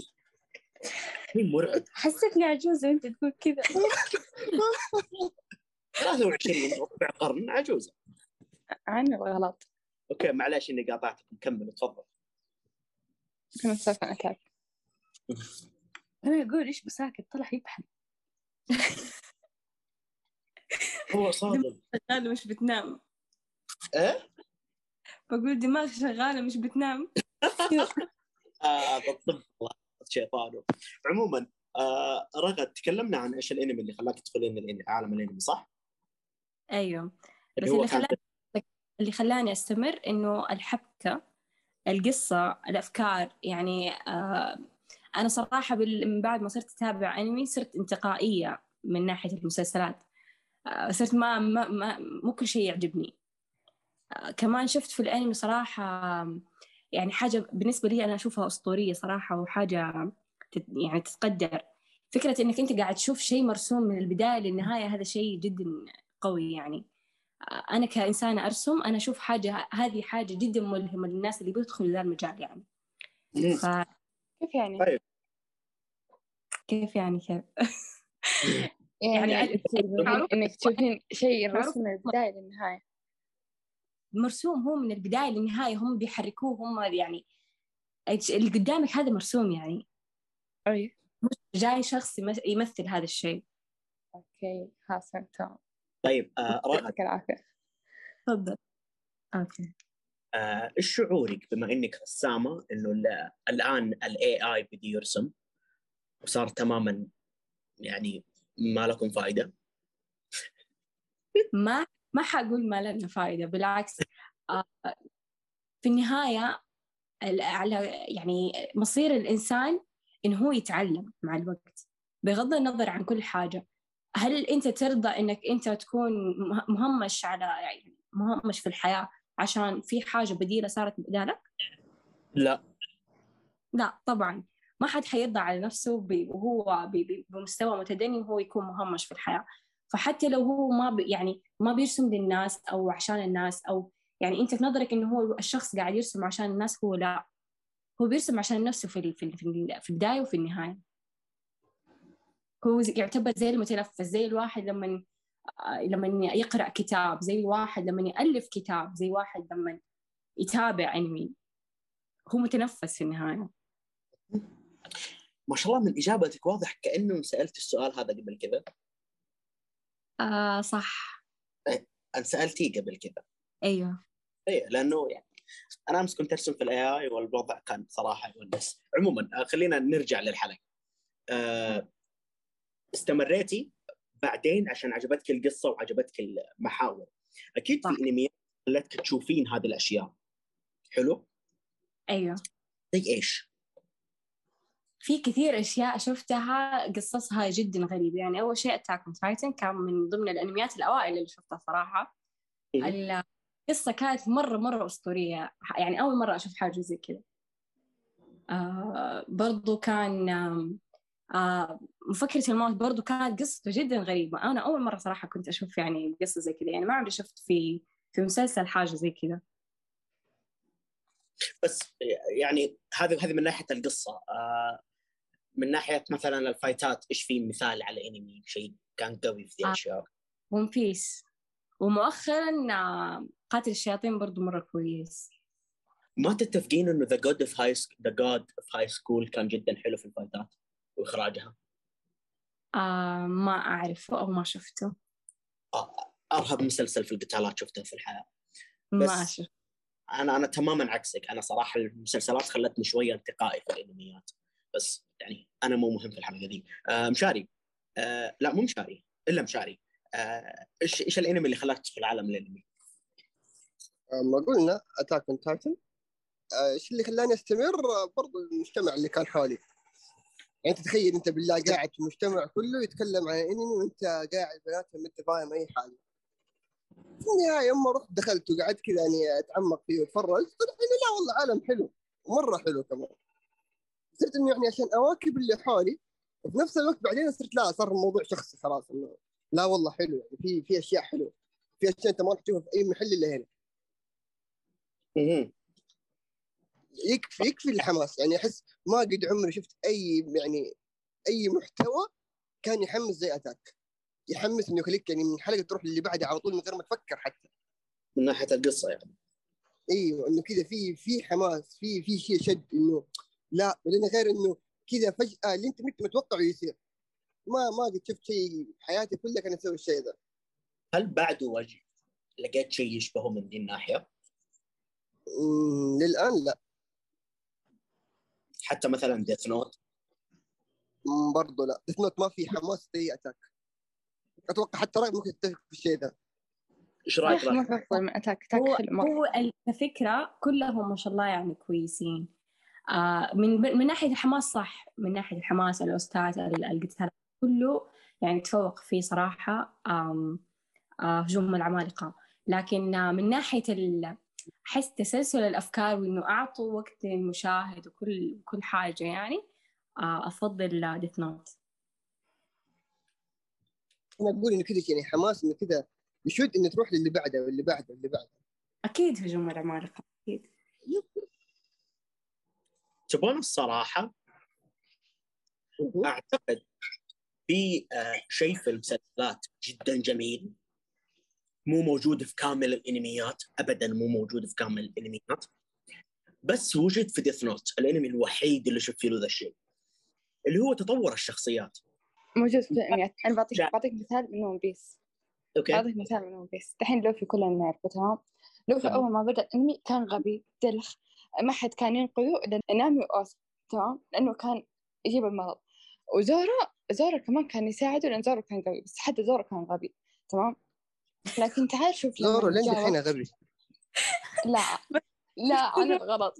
مرعب. حسيتني عجوزة وأنت تقول كذا. 23 ربع قرن عجوزة. عن الغلط. اوكي معلش اني قاطعتكم، كمل تفضل. كنا نسولف عن أتاك. أنا أقول إيش بساكت طلع يبحث. هو صادم. شغالة مش بتنام. ايه بقول دماغ شغالة مش بتنام. بالضبط الله شيطانه. عموما رغد تكلمنا عن ايش الانمي اللي خلاك تدخلين عالم الانمي صح؟ أيوة بس اللي هو كان اللي خلاني أستمر إنه الحبكة، القصة، الأفكار. يعني أنا صراحة من بعد ما صرت أتابع أنمي صرت انتقائية من ناحية المسلسلات. صرت مو كل شيء يعجبني. كمان شفت في الأنمي صراحة يعني حاجة بالنسبة لي أنا أشوفها أسطورية صراحة، وحاجة يعني تتقدر. فكرة إنك أنت قاعد تشوف شيء مرسوم من البداية للنهاية، هذا شيء جدا قوي. يعني أنا كإنسانة أرسم، أنا أشوف هذه حاجة جدا ملهمة للناس اللي بيدخلوا ذا المجال. يعني كيف يعني؟ طيب كيف يعني كيف؟ يعني إنك تشوفين شيء الرسم من البداية للنهاية، مرسوم هو من البداية للنهاية، هم بيحركوه، هم يعني اللي قدامك هذا مرسوم. يعني أي مش جاي شخص يمثل هذا الشيء. أوكي خلاص تمام. طيب رغد يعطيك العافية. تفضل. أوكي. ايش شعورك بما انك رسامه انه الان الاي اي بدي يرسم وصار تماما يعني ما لكم فائده؟ ما حقول ما لنا فائدة، بالعكس. في النهاية على يعني مصير الإنسان إنه هو يتعلم مع الوقت بغض النظر عن كل حاجة. هل أنت ترضى إنك أنت تكون مهمش على يعني مهمش في الحياة عشان في حاجة بديلة صارت بدالك؟ لا طبعا. ما حد حيرضى على نفسه وهو بمستوى متدني وهو يكون مهمش في الحياة. فحتى لو هو يعني ما بيرسم للناس أو عشان الناس، أو يعني أنت في نظرك إنه هو الشخص قاعد يرسم عشان الناس، هو لا، هو بيرسم عشان نفسه في البداية وفي النهاية. هو يعتبر زي المتنفس، زي الواحد لما يقرأ كتاب، زي الواحد لما يألف كتاب، زي واحد لما يتابع أنمي. هو متنفس في النهاية. ما شاء الله من اجابتك واضح كانه سالت السؤال هذا قبل كذا. صح. أنا سالتيه قبل كذا. أيوه. ايه لانه يعني انا امس كنت ارسم في الاي اي والوضع كان صراحه يونس. عموما خلينا نرجع للحلقه. استمريتي بعدين عشان عجبتك القصه وعجبتك المحاور. اكيد في انميات خلتك تشوفين هذه الاشياء. حلو. أيوه زي ايش؟ في كثير أشياء شفتها قصصها جدا غريبة. يعني أول شيء أتاك أون تايتن كان من ضمن الأنميات الأوائل اللي شفتها صراحة. القصة كانت مرة أسطورية. يعني أول مرة أشوف حاجة زي كذا. برضو كان مفكرة الموت برضو كانت قصته جدا غريبة. أنا أول مرة صراحة كنت أشوف يعني قصة زي كذا. يعني ما عمري شفت في مسلسل حاجة زي كذا. بس يعني هذه من ناحيه القصه. من ناحيه مثلا الفايتات ايش في مثال على انمي شيء كان قوي في ذي الاشياء؟ ون بيس. ومؤخرا قاتل الشياطين برضو مرة كويس. ما تتفقين انه ذا جود اوف هاي سكول كان جدا حلو في الفايتات واخراجها؟ ما أعرف أو ما شفته. ارهب مسلسل في القتالات شفته في الحياه. ما بس شفت. انا تماما عكسك. انا صراحه المسلسلات خلتني شويه انتقائي في الانميات. بس يعني انا مو مهم في الحلقه دي. مشاري. لا مو مشاري الا مشاري. ايش الانمي اللي خلاك تدخل عالم الانمي؟ ما قلنا أتاك أون تايتن. ايش اللي خلاني استمر؟ برضو المجتمع اللي كان حولي. يعني انت تخيل انت بالله قاعد في المجتمع كله يتكلم عن انمي وانت قاعد بناتهم ما انت فاهم اي حاجه. في النهايه يوم ما رحت دخلت وقعدت كذا يعني اتعمق فيه واتفرج طلع انه لا والله عالم حلو ومره حلو كمان. صرت انه يعني عشان اواكب اللي حولي وفي نفس الوقت بعدين صرت لا صار الموضوع شخصي خلاص انه لا والله حلو يعني في اشياء حلوه في اشياء انت ما راح تشوفها في اي محل الا هنا. يكفي الحماس يعني احس ما قد عمري شفت اي يعني اي محتوى كان يحمس زي اتاك. يحمس انه يخليك يعني من حلقه تروح للي بعدها على طول من غير ما تفكر حتى. من ناحيه القصه يعني. ايوه انه كذا في حماس، في شيء شد انه لا، بعدين غير انه كذا فجاه اللي انت متوقعه يصير. ما قد شفت شيء حياتي كلها كان اسوي الشيء ذا. هل بعد وجه لقيت شيء يشبهه من دي الناحيه؟ للان لا. حتى مثلا ديث نوت؟ برضه لا، ديث نوت ما في حماس زي اتاك. اتوقع حتى رايك ممكن تتفق في الشيء ذا. ايش يا رايك؟ أخي مرة أفضل من أتاك هو حلو مرة. هو كفكرة كلهم ما شاء الله يعني كويسين. من ناحية الحماس صح، من ناحية الحماس الأوستات القتال كله يعني تفوق فيه صراحة. هجوم العمالقة. لكن من ناحية أحس تسلسل الأفكار وإنه أعطوا وقت للمشاهد وكل حاجة يعني أفضل ديث نوت. انا اقول انه كذا يعني حماس انه كذا يشد انه تروح للي بعده واللي بعده واللي بعده. أكيد هجوم العمالقة أكيد. تبون الصراحه؟ اعتقد في شيء في المسلسلات جدا جميل مو موجود في كامل الانميات، ابدا مو موجود في كامل الانميات، بس وجد في ديث نوت، الانمي الوحيد اللي شفت فيه ذا الشيء، اللي هو تطور الشخصيات. موجود في الأنميات. أنا جاء. بعطيك مثال من ون بيس. اوكي. بعطيك مثال من ون بيس. دحين لوفي كلنا نعرفه تمام. لوفي تمام. أول ما بدأ الأنمي كان غبي دلخ، ما حد كان ينقذه إلا نامي وأوسا تمام، لأنه كان يجيب المرض. وزورا كمان كان يساعده لأن زورا كان قوي، بس حتى زورا كان غبي تمام. لكن تعال شوف زورو لما لين جاء دحين وقت. غبي. لا لا أنا الغلط.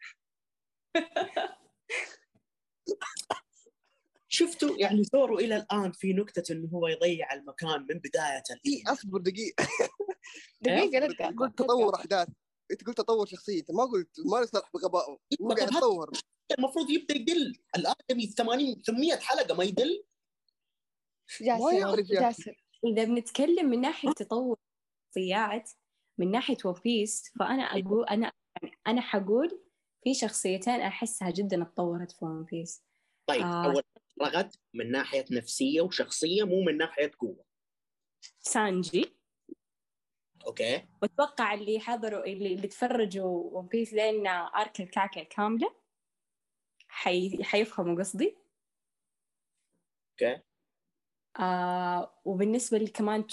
شفتوا يعني زورو الى الان في نكته انه هو يضيع المكان من بدايه الانمي. اصبر دقيقه. دقيقة لا أصبر، تقاطع. قلت تطور احداث، انت قلت تطور شخصية، انت ما قلت ما يصلح بغبائه، هو قاعد يتطور. المفروض يبدا يدل الادمي في 80 800 حلقه ما يدل. ما يعرف يا أخي. جاسر إذا بنتكلم من ناحية تطور شخصيات من ناحية ون بيس، فأنا أقول أنا حقول في شخصيتين أحسها جدا اتطورت في ون بيس. طيب اول رغد من ناحيه نفسيه وشخصيه، مو من ناحيه قوه. سانجي. اوكي. وأتوقع اللي حضروا اللي تفرجوا ون بيس لين أرك الكعكة الكاملة حيفهموا قصدي. اوكي. وبالنسبة لي كمان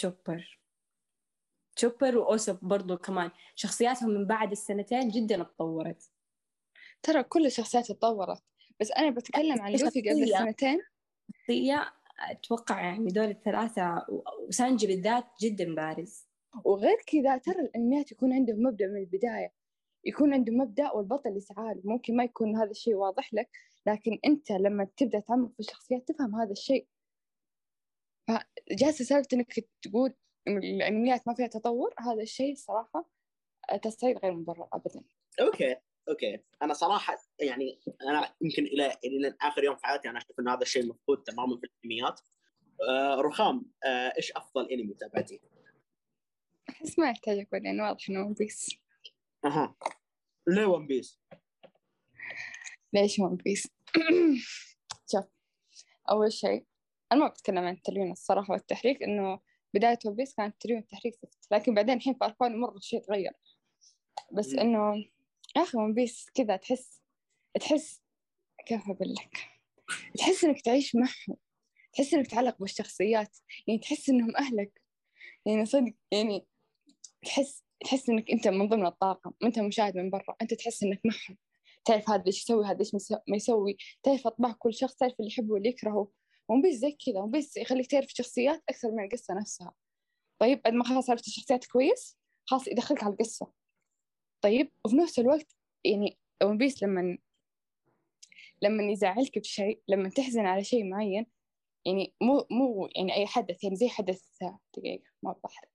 تشوبر وأوسوب برضو كمان شخصياتهم من بعد السنتين جدا اتطورت. ترى كل الشخصيات اتطورت، بس أنا بتكلم عن لوفي قبل السنتين. شخصية أتوقع يعني دول الثلاثة وسانجي بالذات جدا بارز. وغير كذا ترى الأنميات يكون عندهم مبدأ من البداية، يكون عنده مبدأ والبطل يسعى له. ممكن ما يكون هذا الشيء واضح لك، لكن أنت لما تبدأ تعمق في الشخصيات تفهم هذا الشيء. فجالسة سالفة إنك تقول إن الأنميات ما فيها تطور، هذا الشيء صراحة تصعيد غير مبرر أبدا. اوكي انا صراحه يعني انا يمكن الى اخر يوم في حياتي انا اشوف ان هذا الشيء مفقود تماما في الانميات. رخام، ايش افضل انمي تابعتيه؟ أحس ما يحتاج أقول لأنه واضح إنه ون بيس. اها. ليه ون بيس؟ ليش ون بيس؟ شوف، أول شيء أنا ما بتكلم عن التلوين الصراحة والتحريك، إنه بداية ون بيس كانت التلوين والتحريك زفت، لكن بعدين الحين في أركان مرة الشيء تغير. بس إنه يا أخي ون بيس كذا تحس كيف أقول لك، تحس إنك تعيش معهم، تحس إنك تعلق بالشخصيات، يعني تحس إنهم أهلك، يعني صدق يعني تحس إنك أنت من ضمن الطاقم، أنت مشاهد من برا، أنت تحس إنك معهم، تعرف هذا إيش يسوي، هذا إيش ما يسوي، تعرف أطباع كل شخص، تعرف اللي يحبه واللي يكرهه. ون بيس زي كذا، ون بيس يخليك تعرف الشخصيات أكثر من القصة نفسها. طيب بعد ما خلاص عرفت الشخصيات كويس، خلاص يدخلك على القصة. طيب وفي نفس الوقت يعني ون بيس لما يزعلك بشيء، لما تحزن على شيء معين، يعني مو يعني أي حدث، يعني زي حدث دقيقة ما بحرق.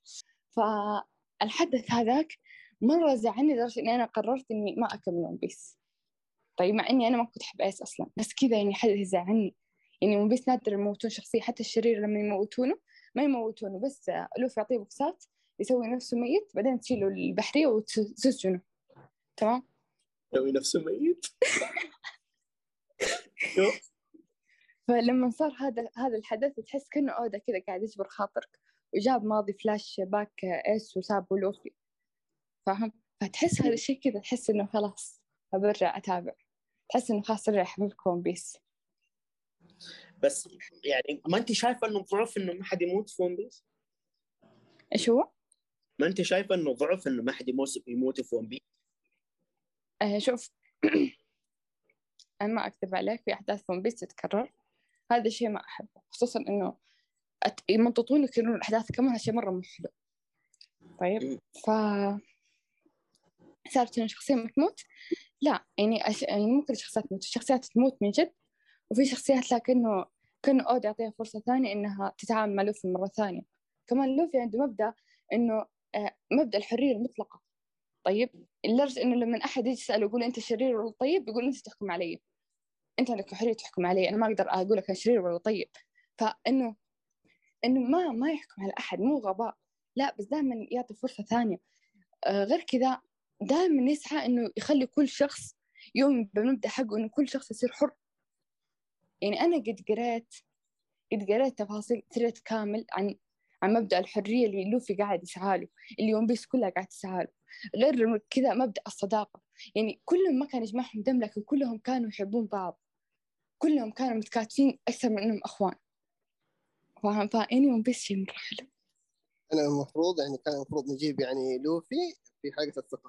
فالحدث هذاك مرة زعلني لدرجة إني أنا قررت إني ما أكمل ون بيس. طيب مع إني أنا ما كنت أحب إيس أصلا، بس كذا يعني حدث زعلني. يعني ون بيس نادر يموتون شخصية، حتى الشرير لما يموتونه ما يموتونه، بس لوفي يعطيه بوكسات يسوي نفسه ميت، بعدين تشيله البحرية وتسجنه تمام. يسوي نفسه ميت. فلما صار هذا الحدث تحس كأنه أودا كذا قاعد يجبر خاطرك، وجاب ماضي فلاش باك إيس وسابه لوفي، فاهم؟ فتحس هذا الشيء كذا، تحس إنه خلاص برجع أتابع، تحس إنه خلاص رجع حبيبك ون بيس. بس يعني ما انت شايفه انه ضعف انه ما حد يموت في ون بيس؟ إيش هو؟ ما انت شايفه انه ضعف انه ما حد يموت في ون بيس؟ شوف أنا ما أكذب عليك، في أحداث ون بيس تتكرر، هذا الشيء ما أحبه، خصوصا إنه يمططون يكررون الأحداث كمان، هالشيء مرة مو حلو. طيب سالفة إن الشخصية ما تموت، لا يعني يعني مو كل الشخصيات تموت، الشخصيات تموت من جد، وفي شخصيات لكنه كأنه أود يعطيها فرصة ثانية إنها تتعامل مع لوفي مرة ثانية. كمان لوفي عنده مبدأ إنه مبدأ الحرية المطلقة. طيب لدرجة إنه لما أحد يجي يسأله يقول أنت شرير ولا طيب، يقول أنت تحكم علي، أنت عندك حرية تحكم علي، أنا ما أقدر أقول لك أنا شرير ولا طيب. فإنه ما يحكم على أحد، مو غباء، لا بس دائما يعطي فرصة ثانية. غير كذا دائما يسعى إنه يخلي كل شخص يؤمن بالمبدأ حقه، إنه كل شخص يصير حر. يعني أنا قد قريت تفاصيل ثريد كامل عن مبدأ الحرية اللي لوفي قاعد يسعى له، اللي ون بيس كلها قاعد تسعى له. غير كذا مبدأ الصداقة، يعني كلهم ما كان يجمعهم دم، لكن كلهم كانوا يحبون بعض، كلهم كانوا متكاتفين أكثر من إنهم أخوان. فاهم؟ فإني ون بيس شيء مرة حلو. أنا المفروض يعني كان المفروض نجيب يعني لوفي في حاجة الثقة،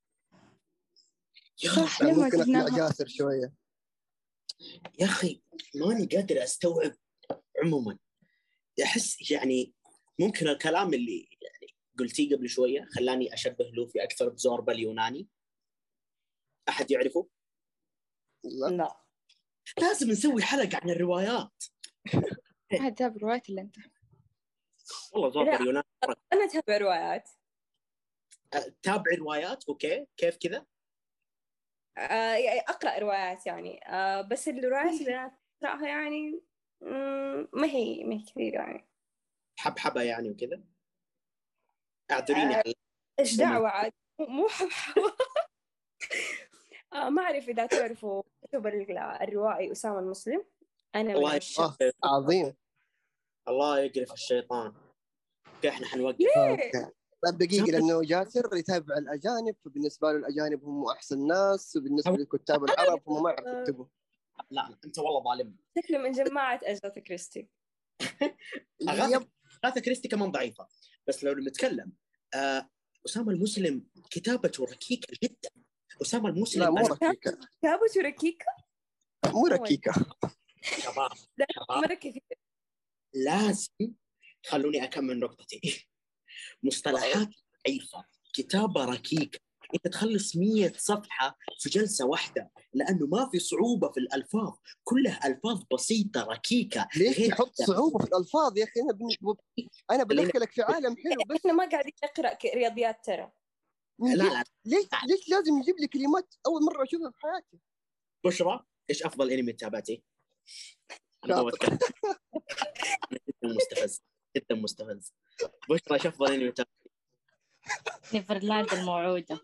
صح، كان لما ممكن أقنع جبناها جاسر شوية. يا اخي ماني قادر استوعب. عموما احس يعني ممكن الكلام اللي يعني قلتيه قبل شويه خلاني اشبه لوفي اكثر بزوربا اليوناني. احد يعرفه؟ لا لا لازم نسوي حلقه عن الروايات. هذا جاب رواية اللي أنت. والله زوربا لا. اليوناني. أنا أتابع روايات. تابع روايات اوكي، كيف كذا؟ يعني أقرأ روايات يعني، بس الروايات اللي أنا أقرأها يعني ما هي كثير يعني. حبحبه يعني وكذا. اعذريني آه، على إيش دعوة عاد، مو حبحبة. ما أعرف إذا تعرفوا كتب الروائي أسامة المسلم. أنا من الله عشاق. عظيم. الله يقرف الشيطان. اوكي احنا حنوقف. ليه؟ اوكي طيب دقيقة، لأنه جاسر يتابع الأجانب، فبالنسبة له الأجانب هم أحسن ناس، وبالنسبة للكتاب العرب هم ما يعرفوا يكتبوا. لا انت والله ظالم. شكله من جماعة أجاثا كريستي. اغاثا يب. اغاثا كريستي كمان ضعيفه. بس لو نتكلم اسامه المسلم كتابته ركيكه جدا. اسامه لا المسلم مو انا ركيكة، كتابته ركيكة. مو Oh my ركيكة. شباب لا، شباب مرة كثير. لازم خلوني اكمل نقطتي. مصطلحات ضعيفه، كتابه ركيكه. انت تخلص 100 صفحه في جلسه واحده لانه ما في صعوبه في الالفاظ، كلها الفاظ بسيطه ركيكه. ليش غير تحط كده صعوبة في الألفاظ يا أخي؟ أنا خليني بدخلك في عالم حلو، بس إحنا ما قاعدين نقرأ رياضيات ترى. من لا جد لا ليش لازم يجيب لي كلمات أول مرة أشوفها في حياتي؟ بشرى، ايش افضل انمي تابعتي؟ انا تو شاطر. اتكلم. أنا جدا مستفز، جدا مستفز. بشرى ايش افضل انمي تابعتي؟ نيفرلاند الموعودة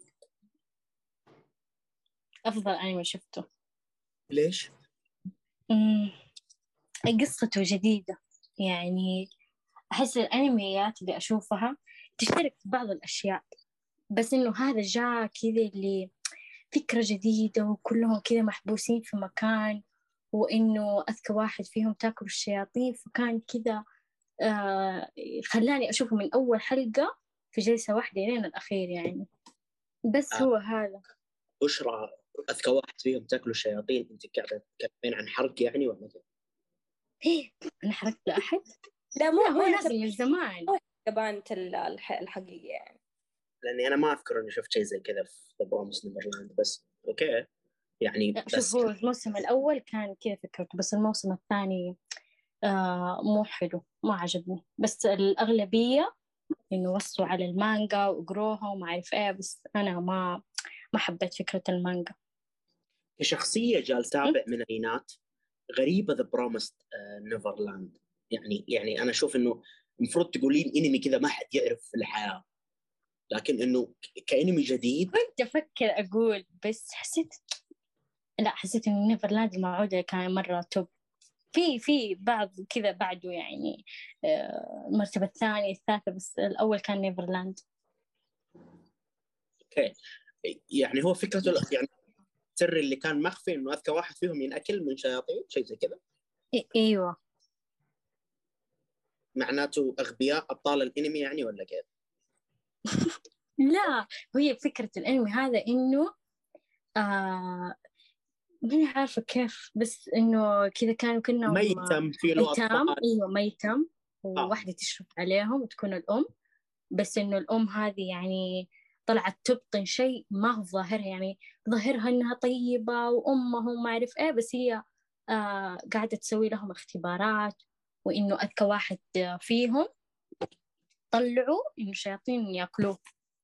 أفضل أنمي شفته. ليش؟ أمم، قصته جديدة، يعني أحس الأنميات اللي أشوفها تشترك في بعض الأشياء، بس إنه هذا جاء كذا اللي فكرة جديدة وكلهم كذا محبوسين في مكان، وإنه أذكى واحد فيهم تاكل الشياطين، فكان كذا آه خلاني أشوفه من أول حلقة في جلسة واحدة لين الأخير يعني. بس هو هذا. بشرى اذكى واحد فيهم تاكلوا الشياطين، انت قاعده تتكلمين عن حرق يعني ولا كيف؟ إيه أنا حركت لأحد؟ لا لا مو هو هي نازل من زمان. كبانة الحقيقة يعني. لاني انا ما اذكر اني شفت شيء زي كذا في ذا برومس نيفرلاند، بس اوكي يعني. لا شوف، بس هو الموسم الأول كان كذا فكرته، بس الموسم الثاني مو حلو، ما عجبني، بس الأغلبية إنه وصوا على المانجا وقروها وما أعرف إيه، بس أنا ما حبيت فكرة المانجا. كشخصيه جالس تابع من اينات غريبه ذا برومس نيفرلاند. يعني انا اشوف انه المفروض تقولين انمي كذا ما حد يعرف في الحياه، لكن انه كانمي جديد. كنت أفكر أقول، بس حسيت إنه نيفرلاند الموعودة كان مرة توب. في بعض كذا بعده يعني المرتبة الثانية الثالثة، بس الأول كان نيفرلاند. اوكي، يعني هو فكرته يعني السر اللي كان مخفي انه اذكى واحد فيهم ينأكل من شياطين، شيء زي كذا. ايوه معناته اغبياء ابطال الانمي يعني ولا كيف؟ لا، هي فكرة الانمي هذا انه ماني عارفة كيف، بس انه كذا كانوا كأنهم ميتم في له ايتام. اطفال. ايوه ميتم، وواحدة تشرف عليهم وتكون الام. بس انه الام هذه يعني طلعت تبطن شيء ما هو ظاهرها، يعني ظاهرها انها طيبة وامهم ما اعرف ايه، بس هي قاعدة تسوي لهم اختبارات، وانه اذكى واحد فيهم طلعوا انه الشياطين ياكلوه.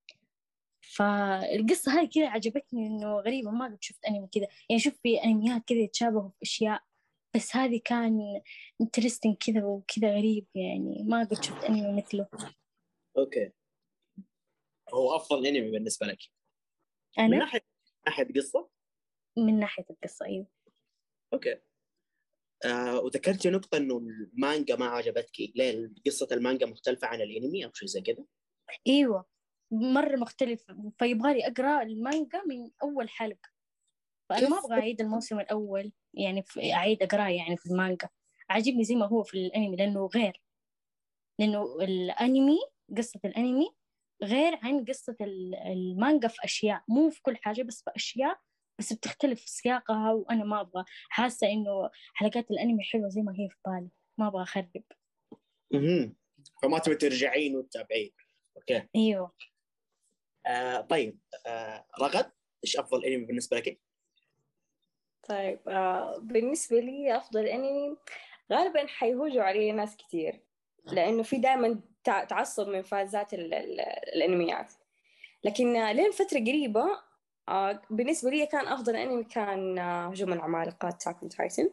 فالقصة هاي كذا عجبتني، إنه غريبة ما قد شفت أنمي كذا. يعني شوف في أنميات كذا يتشابهوا في أشياء، بس هذه كان انترستنج كذا وكذا غريب، يعني ما قد شفت أنمي مثله. اوكي، هو افضل انمي بالنسبه لك من أنا ناحيه قصه؟ من ناحية القصة أيوه. اوكي. وذكرتي نقطه انه المانجا ما عجبتك، ليه؟ قصه المانجا مختلفه عن الانمي او شيء زي كذا؟ أيوه مرة مختلف، فيبغالي أقرأ المانجا من أول حلقة، فأنا ما كيف؟ أبغى أعيد الموسم الأول، يعني أعيد أقرأ يعني في المانجا. عجبني زي ما هو في الأنمي، لأنه غير، لأنه الأنمي قصة الأنمي غير عن قصة المانجا في أشياء، مو في كل حاجة بس في أشياء، بس بتختلف في سياقها. وأنا ما أبغى، حاسة إنه حلقات الأنمي حلوة زي ما هي في بالي، ما أبغى أخرب. فما تبي ترجعين وتتابعين. اوكي. أيوه. طيب، رغد، ايش افضل انمي بالنسبه لك؟ طيب بالنسبة لي أفضل أنمي غالبا حيهوجوا عليه ناس كتير، لأنه في دائما تعصب من فانزات الأنميات. لكن لين فترة قريبة بالنسبة لي كان أفضل أنمي كان هجوم العمالقة أتاك أون تايتن.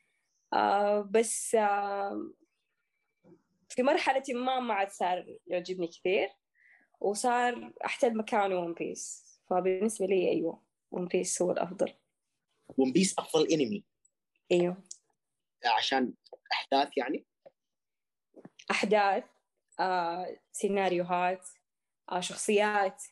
بس في مرحلة ما عاد صار يعجبني كثير، وصار أحتل مكانه ون بيس. فبالنسبة لي أيوه ون بيس هو الأفضل. ون بيس افضل انمي أيوه عشان احداث يعني؟ أحداث، سيناريوهات، شخصيات،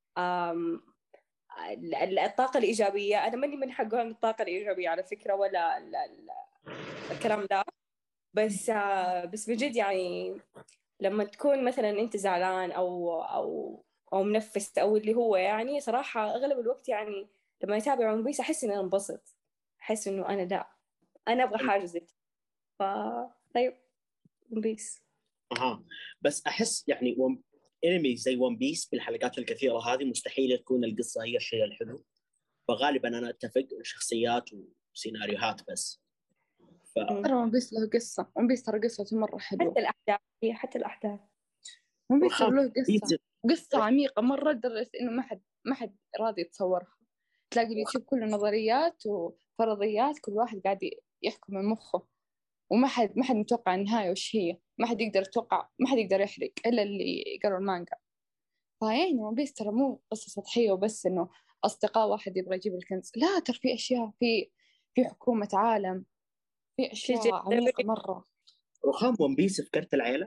الطاقة الإيجابية. أنا ماني من حقهم الطاقة الإيجابية على فكرة، ولا الكلام ده. بس بجد يعني لما تكون مثلا أنت زعلان أو منفس أو اللي هو، يعني صراحة أغلب الوقت يعني لما أتابع ون بيس أحس إني انبسط، أحس إنه أنا لا، أنا أبغى حاجة زي كده. طيب ون بيس. بس احس يعني انمي زي ون بيس بالحلقات الكثيره هذه مستحيل تكون القصه هي الشيء الحلو، فغالبا انا اتفق شخصيات وسيناريوهات بس. ترى ون بيس له قصة، ون بيس ترى قصته مرة حلوة. حتى الأحداث، هي حتى الأحداث. ون بيس ترى رخام له قصة إيه؟ عميقة مرة، لدرجة إنه ما حد راضي يتصورها. تلاقي اليوتيوب كله نظريات وفرضيات، كل واحد قاعد يحكم من مخه، وما حد متوقع النهاية وش هي. ما حد يقدر يتوقع، ما حد يقدر يحرق إلا اللي قرأ المانجا. فيعني ون بيس ترى مو قصة سطحية وبس إنه أصدقاء واحد يبغى يجيب الكنز، لا ترى في أشياء، في حكومة عالم، في أشياء عميقة مرة. رخام ون بيس في كرت العيله.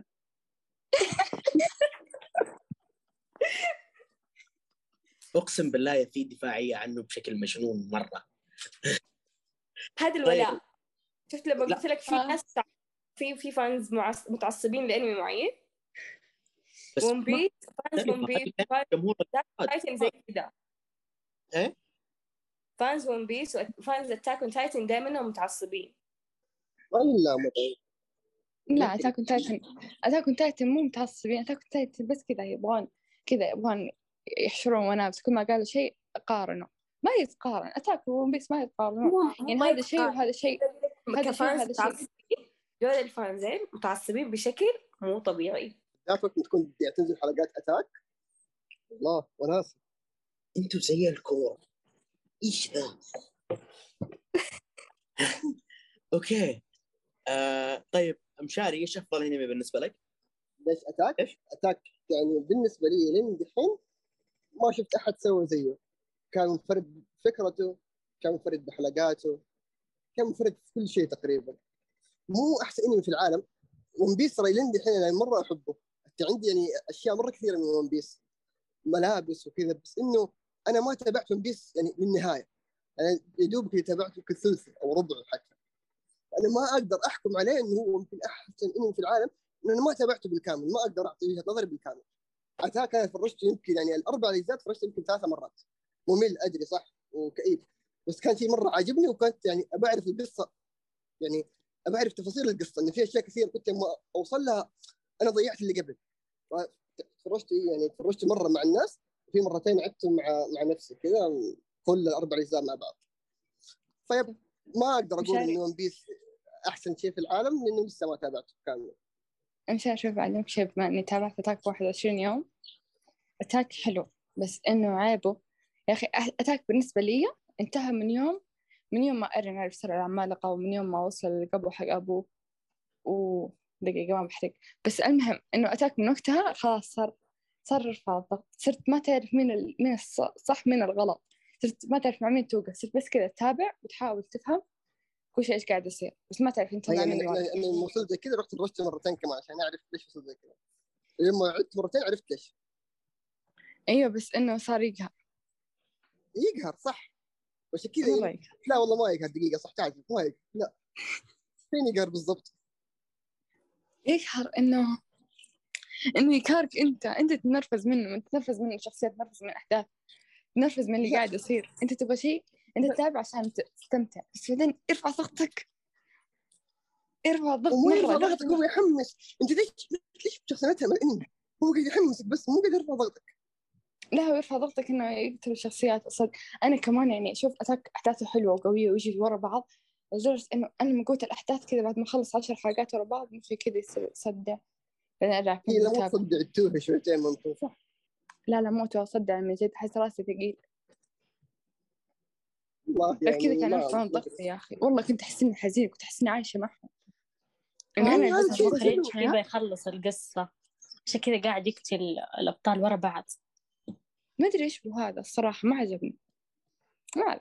اقسم بالله في دفاعيه عنه بشكل مجنون مره. هذا طيب. الولاء. شفت لما لا. قلت لك في ناس في فانز متعصبين لأنمي معين. بس ون بيس، فانز ون مختلفه بيس، هذه جمهور تايتن زي كذا. ايه. فانز ون بيس وفانز اتاك اون تايتن دائما متعصبين. ولا لا أتاك أون تايتن مو متعصبين. أتاك أون تايتن بس كذا يبغون يحشرون ونابس، كل ما قالوا شيء قارنوا. ما يتقارن أتاك وون بيس، ما يتقارنون. يعني ما هذا شيء يتقارن. وهذا شيء، هذا شيء كفانز وهذا شيء. متعصبين، دول الفانزين متعصبين بشكل مو طبيعي. ذاك وقت تكون تنزل حلقات اتاك، الله وناسه. انتوا زي الكوره، ايش ذا؟ اوكي. طيب مشاري، ايش افضل انمي بالنسبه لك؟ ليش اتاك؟ إيش؟ اتاك يعني بالنسبه لي لين دحين ما شفت احد سوى زيه. كان منفرد بفكرته، كان منفرد بحلقاته، كان منفرد في كل شيء تقريبا. مو احسن انمي في العالم. ون بيس ترى لين دحين انا مره احبه، حتى عندي يعني اشياء مره كثيره من ون بيس. ملابس وكذا، بس انه انا ما تابعت ون بيس يعني للنهايه. انا يدوب كذا تابعته كثلث او ربعه حتى. انا ما اقدر احكم عليه انه هو يمكن احسن انمي في العالم، لانه ما تابعته بالكامل، ما اقدر اعطي وجهه نظري بالكامل. اتاك انا فرجت يمكن يعني الاربع اجزاء فرجت يمكن 3 مرات. ممل ادري صح وكئيب، بس كان شيء مره عاجبني، وكنت يعني ابى اعرف القصه، يعني ابى اعرف تفاصيل القصه، ان في اشياء كثير كنت ما اوصل لها انا ضيعت اللي قبل. تفرجت مره مع الناس، وفي مرتين عدت مع نفسي كذا كل الاربع اجزاء مع بعض. طيب ما اقدر اقول انه ون بيس احسن شيء في العالم لانه لسه ما تابعته كامل. مش أشوف أعلمك شيء، بما إني تابعت أتاك 21 يوم. أتاك حلو، بس إنه عيبه يا أخي، أتاك بالنسبة لي انتهى من يوم ما إيرين عرف سر العمالقة، ومن يوم ما وصل للقبو حق أبوه. دقيقة ما بحرق، بس المهم إنه أتاك من وقتها خلاص صار رفع الضغط، صرت ما تعرف مين الصح مين الغلط، صرت ما تعرف مع مين توقف، صرت بس كذا تتابع وتحاول تفهم كل شيء إيش قاعد يصير، بس ما تعرف أنت مع مين واقف. أنا وصلت زي كذا، رحت فرجت مرتين كمان عشان أعرف ليش وصلت زي كذا. لما عدت مرتين عرفت ليش. أيوة، بس إنه صار يقهر صح، بس كذا مرة يعني. لا والله ما يقهر، دقيقة صح تعرف ما يقهر، لا فين يقهر بالضبط؟ يقهر إنه يكارك أنت تتنرفز منه، تتنرفز من الشخصيات، تتنرفز من الأحداث، تتنرفز من اللي قاعد يصير. أنت تبغى شيء، أنت تتابع عشان تستمتع، بس بعدين ارفع ضغطك، ارفع الضغط وما يرفع مرة. ضغطك، هو يحمس. انت ليش بشخصيتها من انمي؟ هو قاعد يحمسك بس مو قاعد يرفع ضغطك. لا، هو يرفع ضغطك إنه يقتل الشخصيات أصلا. أنا كمان يعني أشوف أتاك أحداثه حلوة وقوية ويجي ورا بعض، لدرجة إنه أنا من قوة الأحداث كذا بعد ما أخلص 10 حلقات ورا بعض مخي كذا يصدع، بعدين أرجع هي أكمل لو أتاك. تصدع التوه شويتين ممكن صح. لا مو أصدع من جد، أحس راسي ثقيل. والله غير كذا يعني كان ما يرفع ضغطي يا أخي، والله كنت أحس إني حزين، كنت أحس إني عايشة معهم. إنه يعني أنا هذا بس الشيء المخرج حلو. يبغى يخلص القصة، عشان كذا قاعد يقتل الأبطال ورا بعض. ما أدري إيش هو هذا الصراحة، ما عجبني، ما أعرف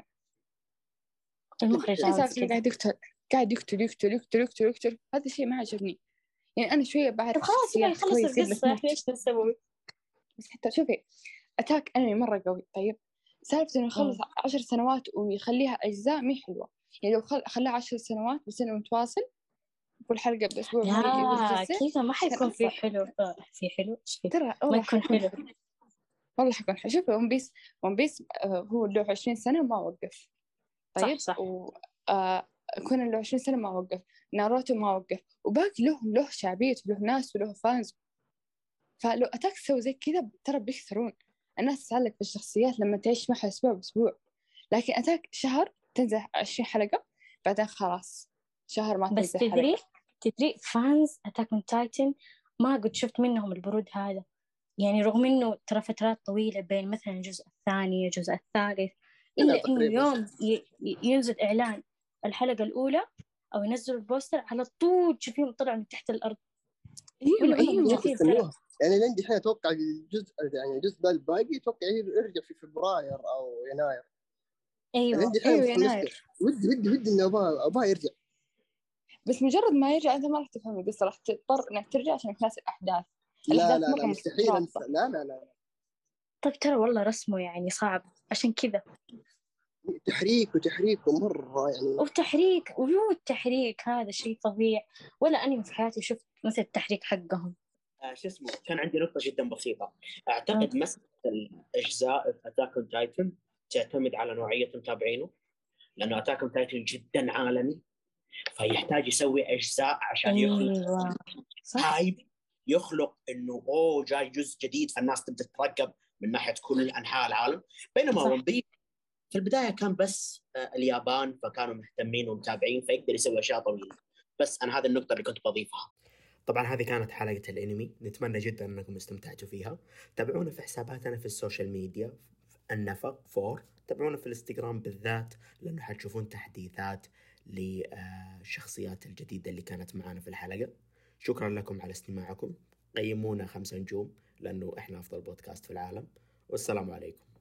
المخرج إيش عاوز كذا كذا. قاعد يقتل. هذا الشيء ما عجبني. يعني أنا شوية طب بعرف خلاص يبغى شخصيات يخلص كويس قبل القصة، تموت، ليش نسوي؟ بس حتى شوفي أتاك أنمي مرة قوي. طيب سالفة إنه يخلص 10 سنوات ويخليها أجزاء مي حلوة. يعني لو خلاها 10 سنوات بس إنه متواصل، كل حلقة بأسبوع لا بينزل، كذا ما كان حيكون في أفضل. حلو. في حلو إيش في؟ ترى ما والله يكون حيكون حلو. حلو، والله حيكون حلو. شوفي ون بيس هو له 20 سنة ما وقف. طيب صح. كون له 20 سنة ما وقف. ناروتو ما وقف، وباقي له شعبية وله ناس وله فانز. فلو أتاك تسوي زي كذا ترى بيكثرون الناس، تتعلق بالشخصيات لما تعيش معها أسبوع بأسبوع. لكن أتاك شهر تنزل 20 حلقة، بعدين خلاص شهر ما بس تنزل حلقة. تدري فانز أتاك أون تايتن ما قد شفت منهم البرود هذا. يعني رغم إنه ترى فترات طويلة بين مثلا الجزء الثاني الجزء الثالث، هنا إلا إنه تقريبا يوم ينزل إعلان الحلقة الأولى أو ينزلوا البوستر على طول تشوفيهم طلعوا من تحت الأرض. منهم الكثير ترى. يعني لين دحين اتوقع الجزء ده الباقي اتوقع يرجع في فبراير او يناير. أيوة يعني دحين يناير. ودي انه ابغى يرجع. بس مجرد ما يرجع أنت ما راح تفهم القصة، راح تضطر إنك ترجع عشان تناسب الأحداث. لا لا لا مرة مستحيل انسى، مترابطة. لا. طب ترى والله رسمه يعني صعب عشان كذا، تحريك مرة يعني. وتحريك وجود تحريك هذا شيء طبيعي. ولا أني في حياتي شفت مثل التحريك حقهم. شو اسمه، كان عندي نقطة جدا بسيطة. أعتقد مسألة الأجزاء في أتاك أون تايتن تعتمد على نوعية متابعينه، لأنه أتاك أون تايتن جدا عالمي، فيحتاج يسوي أجزاء عشان يخلق أيوة صح. هايب، يخلق إنه أوه جاي جزء جديد، فالناس تبدأ تترقب من ناحية كل أنحاء العالم. بينما ون بيس في البداية كان بس اليابان، فكانوا مهتمين ومتابعين، فيقدر يسوي أشياء طويلة. بس أنا هذه النقطة اللي كنت بضيفها. طبعا هذه كانت حلقة الانمي، نتمنى جدا انكم استمتعتوا فيها. تابعونا في حساباتنا في السوشيال ميديا النفق 4، تابعونا في الانستغرام بالذات لانه حتشوفون تحديثات للشخصيات الجديدة اللي كانت معنا في الحلقة. شكرا لكم على استماعكم، قيمونا 5 نجوم لانه احنا افضل بودكاست في العالم، والسلام عليكم.